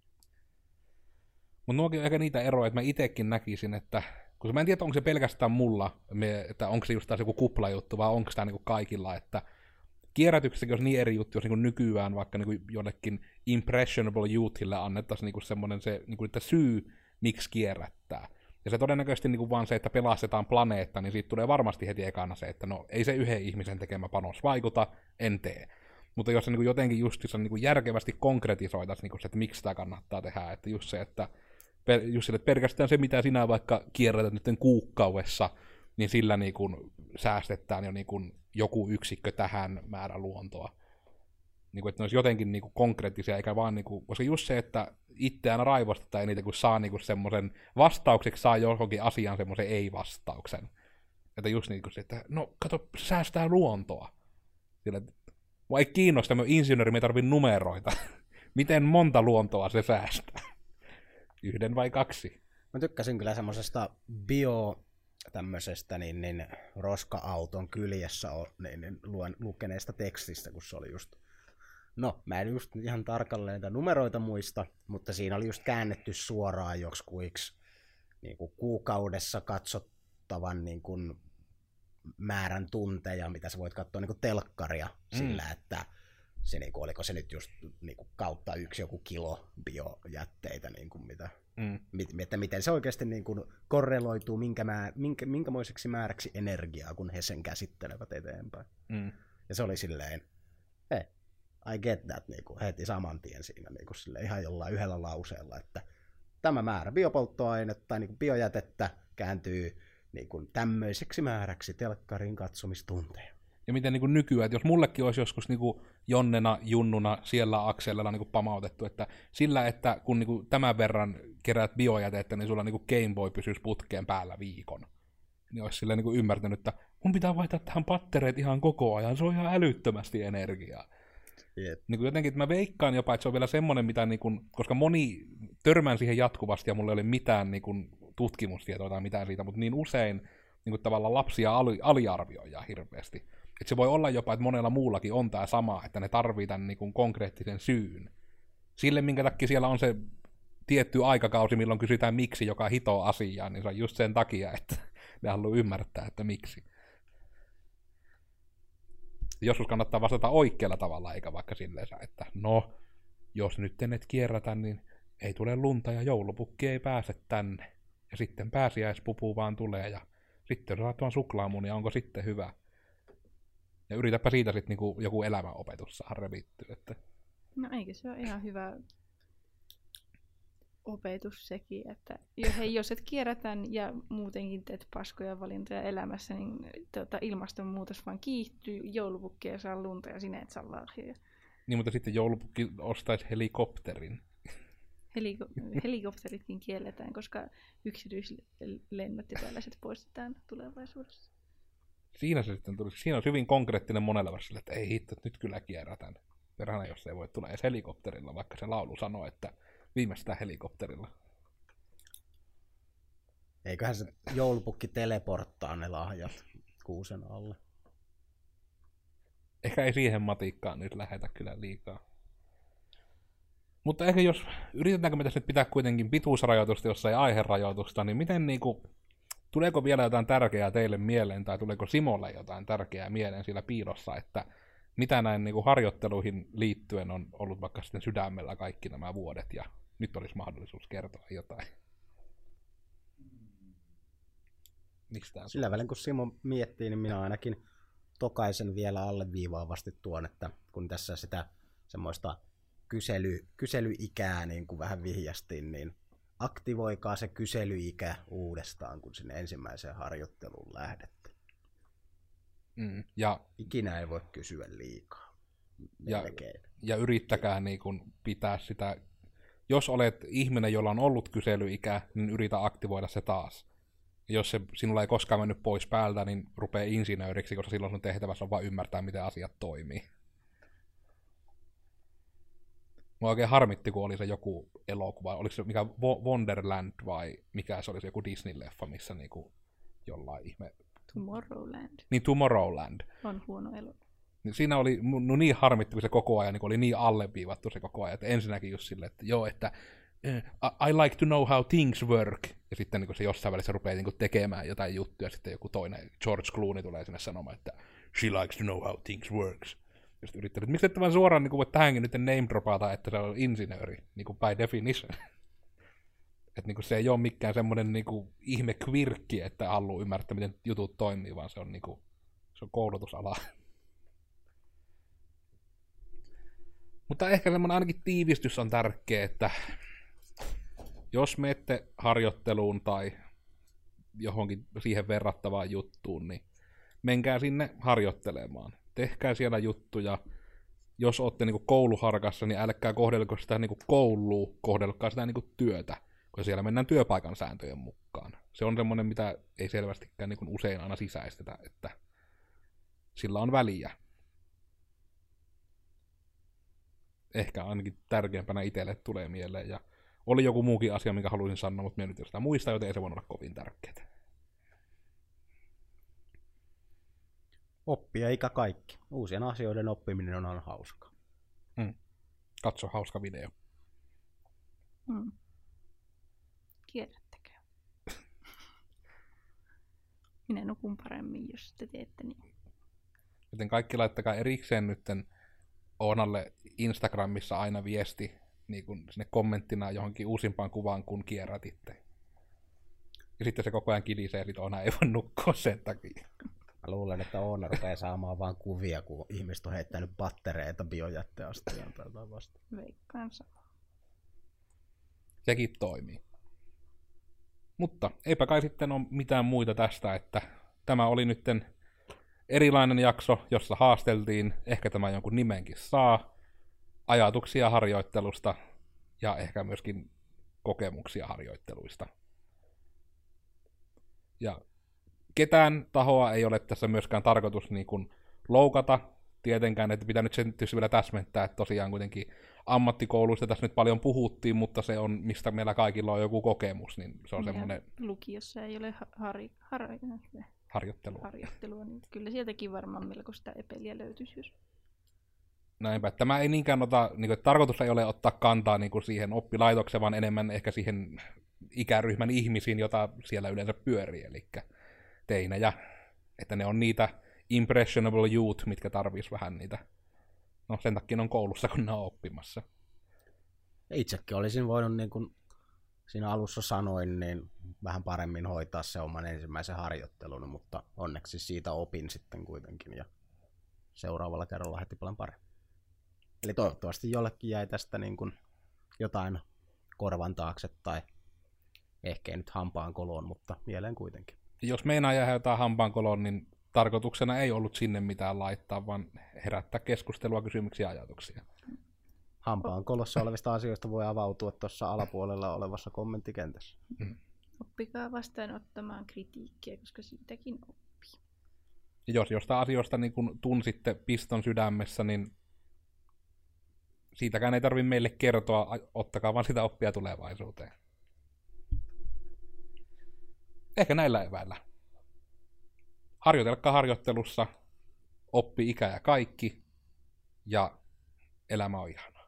Mutta nuokin on ehkä niitä eroja, että mä itsekin näkisin, että kun mä en tiedä, onko se pelkästään mulla, että onko se just taas joku kuplajuttu vai onko tämä niinku kaikilla, että kierrätyksessäkin olisi niin eri juttu, jos niinku nykyään vaikka niinku jollekin impressionable youthille annettaisiin niinku semmoinen se niinku, että syy, miksi kierrättää. Ja se todennäköisesti niinku vaan se, että pelastetaan planeetta, niin siitä tulee varmasti heti ekana se, että no ei se yhden ihmisen tekemä panos vaikuta, en tee. Mutta jos se niinku jotenkin justissa niinku järkevästi konkretisoitaisiin niinku se, että miksi sitä kannattaa tehdä, että just se, että, just sille, että pelkästään se, mitä sinä vaikka kierrätät nyt kuukaudessa, niin sillä niinku säästetään jo niinku joku yksikkö tähän määrä luontoa. Niinku, että ne olisi jotenkin niinku konkreettisia, eikä vaan niinku, koska just se, että itseään raivostetaan eniten, kun saa niinku semmoisen vastaukseksi, saa johonkin asiaan semmoisen ei-vastauksen. Että just niinku se, että no kato, säästää luontoa. Sillä, mua ei kiinnosta, me insinööri, me ei tarvitse numeroita. Miten monta luontoa se säästää? Yhden vai kaksi? Mä tykkäsin kyllä semmosesta bio tämmöisestä niin, niin roska-auton kyljessä niin, niin, luen, lukeneesta tekstistä, kun se oli just, no mä en just ihan tarkalleen niitä numeroita muista, mutta siinä oli just käännetty suoraan joksikuiksi niin kuin kuukaudessa katsottavan niin kuin määrän tunteja, mitä sä voit katsoa niin kuin telkkaria mm. sillä, että se, niin kuin, oliko se nyt just niin kuin kautta yksi joku kilo biojätteitä, niin kuin mitä, mm. mit, että miten se oikeasti niin kuin korreloituu minkä määr, minkä, minkämoiseksi määräksi energiaa, kun he sen käsittelevät eteenpäin. Mm. Ja se oli silleen, hei, I get that, niin kuin heti saman tien siinä niin kuin silleen, ihan jollain yhdellä lauseella, että tämä määrä biopolttoainetta tai niin kuin biojätettä kääntyy niin kuin tämmöiseksi määräksi telkkarin katsomistunteja. Ja miten niin kuin nykyään, että jos mullekin olisi joskus niin kuin Jonnena, Junnuna siellä akselilla niin kuin pamautettu, että sillä, että kun niin kuin tämän verran keräät biojätettä, niin sulla niin kuin Game Boy pysyisi putkeen päällä viikon. Niin olisi silleen niin kuin ymmärtänyt, että mun pitää vaihtaa tähän pattereet ihan koko ajan, se on ihan älyttömästi energiaa. Yep. Niin kuin jotenkin, että mä veikkaan jopa, että se on vielä semmoinen, mitä niin kuin, koska moni törmään siihen jatkuvasti ja mulla ei ole mitään niin kuin tutkimustietoa tai mitään siitä, mutta niin usein niin kuin tavallaan lapsia ali, aliarvioidaan hirveästi. Että se voi olla jopa, että monella muullakin on tämä sama, että ne tarvii tämän niin kuin konkreettisen syyn. Sille, minkä takia siellä on se tietty aikakausi, milloin kysytään miksi joka hitoo asiaa, niin se on just sen takia, että ne haluaa ymmärtää, että miksi. Joskus kannattaa vastata oikealla tavalla, eikä vaikka silleen, että no, jos nyt et kierrätä, niin ei tule lunta ja joulupukki ei pääse tänne. Ja sitten pääsiäispupu vaan tulee ja sitten saat vaan suklaamunia, onko sitten hyvä? Ja yritäpä siitä sitten niinku joku elämänopetus saada revittyä. Että... No eikö se ole ihan hyvä opetus sekin, että jos, hei, jos et kierrätän ja muutenkin teet paskoja valintoja elämässä, niin tuota, ilmastonmuutos vaan kiihtyy, joulupukki ei saa lunta ja sinä et saa lahjoja. Niin, mutta sitten joulupukki ostaisi helikopterin. Heliko- helikopteritkin kielletään, koska yksityislennot ja tällaiset poistetaan tulevaisuudessa. Siinä se sitten tuli. Siinä on hyvin konkreettinen monella versillä, että ei hitto, nyt kyllä kierrätän. Perhana, jos ei voi tulla edes helikopterilla, vaikka se laulu sanoo, että viimeistään helikopterilla. Eiköhän se joulupukki teleporttaa ne lahjat kuusen alle. Ehkä ei siihen matikkaan nyt lähetä kyllä liikaa. Mutta ehkä jos yritetäänkö me tässä nyt pitää kuitenkin pituusrajoitusta, jos ei aiherajoitusta, niin miten niinku, tuleeko vielä jotain tärkeää teille mieleen, tai tuleeko Simolle jotain tärkeää mieleen siellä piilossa, että mitä näin niinku harjoitteluihin liittyen on ollut vaikka sitten sydämellä kaikki nämä vuodet, ja nyt olisi mahdollisuus kertoa jotain. Mistään Sillä välin kun Simo miettii, niin minä ainakin tokaisen vielä alleviivaavasti tuon, että kun tässä sitä semmoista kysely, kyselyikää niin kuin vähän vihjastiin, niin aktivoikaa se kyselyikä uudestaan, kun sinne ensimmäiseen harjoitteluun lähdette. Mm, ja, Ikinä ei voi kysyä liikaa. Ja, ja yrittäkää niin kun pitää sitä, jos olet ihminen, jolla on ollut kyselyikä, niin yritä aktivoida se taas. Jos se sinulla ei koskaan mennyt pois päältä, niin rupee insinööriksi, koska silloin sun tehtävässä on vain ymmärtää, miten asiat toimii. Mua oikein harmitti, kun oli se joku elokuva, oliko se mikä Wonderland vai mikä se oli se joku Disney-leffa, missä niinku jollain ihme... Tomorrowland. Niin, Tomorrowland. On huono elokuva. Siinä oli no niin harmitti, kun se koko ajan niin oli niin alleviivattu se koko ajan, että ensinnäkin just silleen, että joo, että I like to know how things work, ja sitten niin se jossain välissä rupeaa niin tekemään jotain juttuja, ja sitten joku toinen, George Clooney tulee sinne sanomaan, että she likes to know how things works. Ja sitten yrittänyt, miksi ette vaan suoraan niin voi tähänkin nyt name dropata, että se on insinööri, niin kuin by definition. Että niin se ei ole mikään semmoinen niin ihme kvirkki, että haluaa ymmärtää, miten jutut toimii, vaan se on, niin kuin, se on koulutusala. Mutta ehkä semmoinen ainakin tiivistys on tärkeä, että jos menette harjoitteluun tai johonkin siihen verrattavaan juttuun, niin menkää sinne harjoittelemaan. Tehkää siellä juttuja. Jos olette niinku kouluharkassa, niin älkää kohdelko sitä niinku koulua, kohdelkaa sitä niinku työtä, koska siellä mennään työpaikan sääntöjen mukaan. Se on semmoinen, mitä ei selvästikään niinku usein aina sisäistetä, että sillä on väliä. Ehkä ainakin tärkeämpänä itselle tulee mieleen. Ja oli joku muukin asia, minkä haluaisin sanoa, mutta minä nyt jostain muista, joten ei se voi olla kovin tärkeää. Oppia ikä kaikki. Uusien asioiden oppiminen on aina hauskaa. Hmm. Katso hauska video. Hmm. Kierrättäkää. Minä nukun paremmin, jos te teette niin. Joten kaikki laittakaa erikseen nytten Oonalle Instagramissa aina viesti niin kun sinne kommenttina johonkin uusimpaan kuvaan, kun kierrätitte. Ja sitten se koko ajan kilisee, ja sitten Oona ei voi nukkua sen takia. Mä luulen, että Oona rupeaa saamaan vaan kuvia, kun ihmiset on heittänyt pattereita biojätteastiaan tai jotain vasta. Veikkaan sama. Sekin toimii. Mutta eipä kai sitten ole mitään muita tästä, että tämä oli nytten erilainen jakso, jossa haasteltiin, ehkä tämä jonkun nimenkin saa, ajatuksia harjoittelusta ja ehkä myöskin kokemuksia harjoitteluista. Ja ketään tahoa ei ole tässä myöskään tarkoitus niin kuin loukata, tietenkään, että pitää nyt sen tietysti vielä täsmentää, että tosiaan kuitenkin ammattikouluista tässä nyt paljon puhuttiin, mutta se on, mistä meillä kaikilla on joku kokemus, niin se on semmoinen... Lukiossa ei ole har- har- harjoittelua. harjoittelua, niin kyllä sieltäkin varmaan melko sitä epeliä löytyisi, jos... Näinpä, että tämä ei niinkään ota, niin kuin, että tarkoitus ei ole ottaa kantaa niin kuin siihen oppilaitokseen, vaan enemmän ehkä siihen ikäryhmän ihmisiin, jota siellä yleensä pyörii, eli teinejä, että ne on niitä impressionable youth, mitkä tarvitsisi vähän niitä, no sen takia on koulussa, kun ne on oppimassa. Itsekin olisin voinut, niin kuin siinä alussa sanoin, niin vähän paremmin hoitaa se oman ensimmäisen harjoittelun, mutta onneksi siitä opin sitten kuitenkin, ja seuraavalla kerralla heti paljon paremmin. Eli toivottavasti jollekin jäi tästä niin kuin jotain korvan taakse, tai ehkä ei nyt hampaan koloon, mutta mieleen kuitenkin. Jos meinaa jää jotain hampaan koloon, niin tarkoituksena ei ollut sinne mitään laittaa, vaan herättää keskustelua, kysymyksiä ja ajatuksia. Hampaan kolossa olevista asioista voi avautua tuossa alapuolella olevassa kommenttikentässä. Mm. Oppikaa vastaanottamaan kritiikkiä, koska siitäkin oppii. Ja jos jostain asioista niin kun tunsitte piston sydämessä, niin siitäkään ei tarvitse meille kertoa, ottakaa vaan sitä oppia tulevaisuuteen. Ehkä näillä eväillä. Harjoitelkaa harjoittelussa, oppi ikä ja kaikki, ja elämä on ihanaa.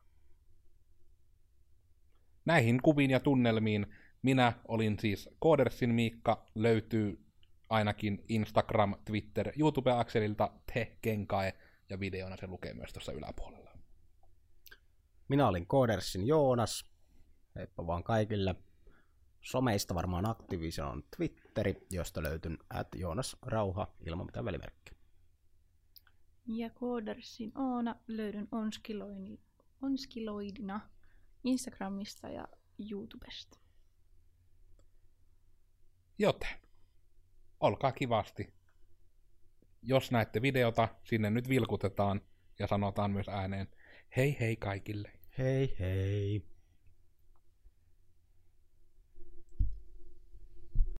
Näihin kuviin ja tunnelmiin minä olin siis Koodersin Miikka, löytyy ainakin Instagram, Twitter, YouTube-akselilta te kenkae, ja videona se lukee myös tuossa yläpuolella. Minä olin Koodersin Joonas, heippa vaan kaikille. Someista varmaan aktiivisen on Twitteri, josta löytyn at Joonas Rauha ilman mitään välimerkkiä. Ja Koodersin Oona löydyn onskiloini, onskiloidina Instagramista ja YouTubesta. Joten, olkaa kivasti. Jos näette videota, sinne nyt vilkutetaan ja sanotaan myös ääneen hei hei kaikille. Hei hei.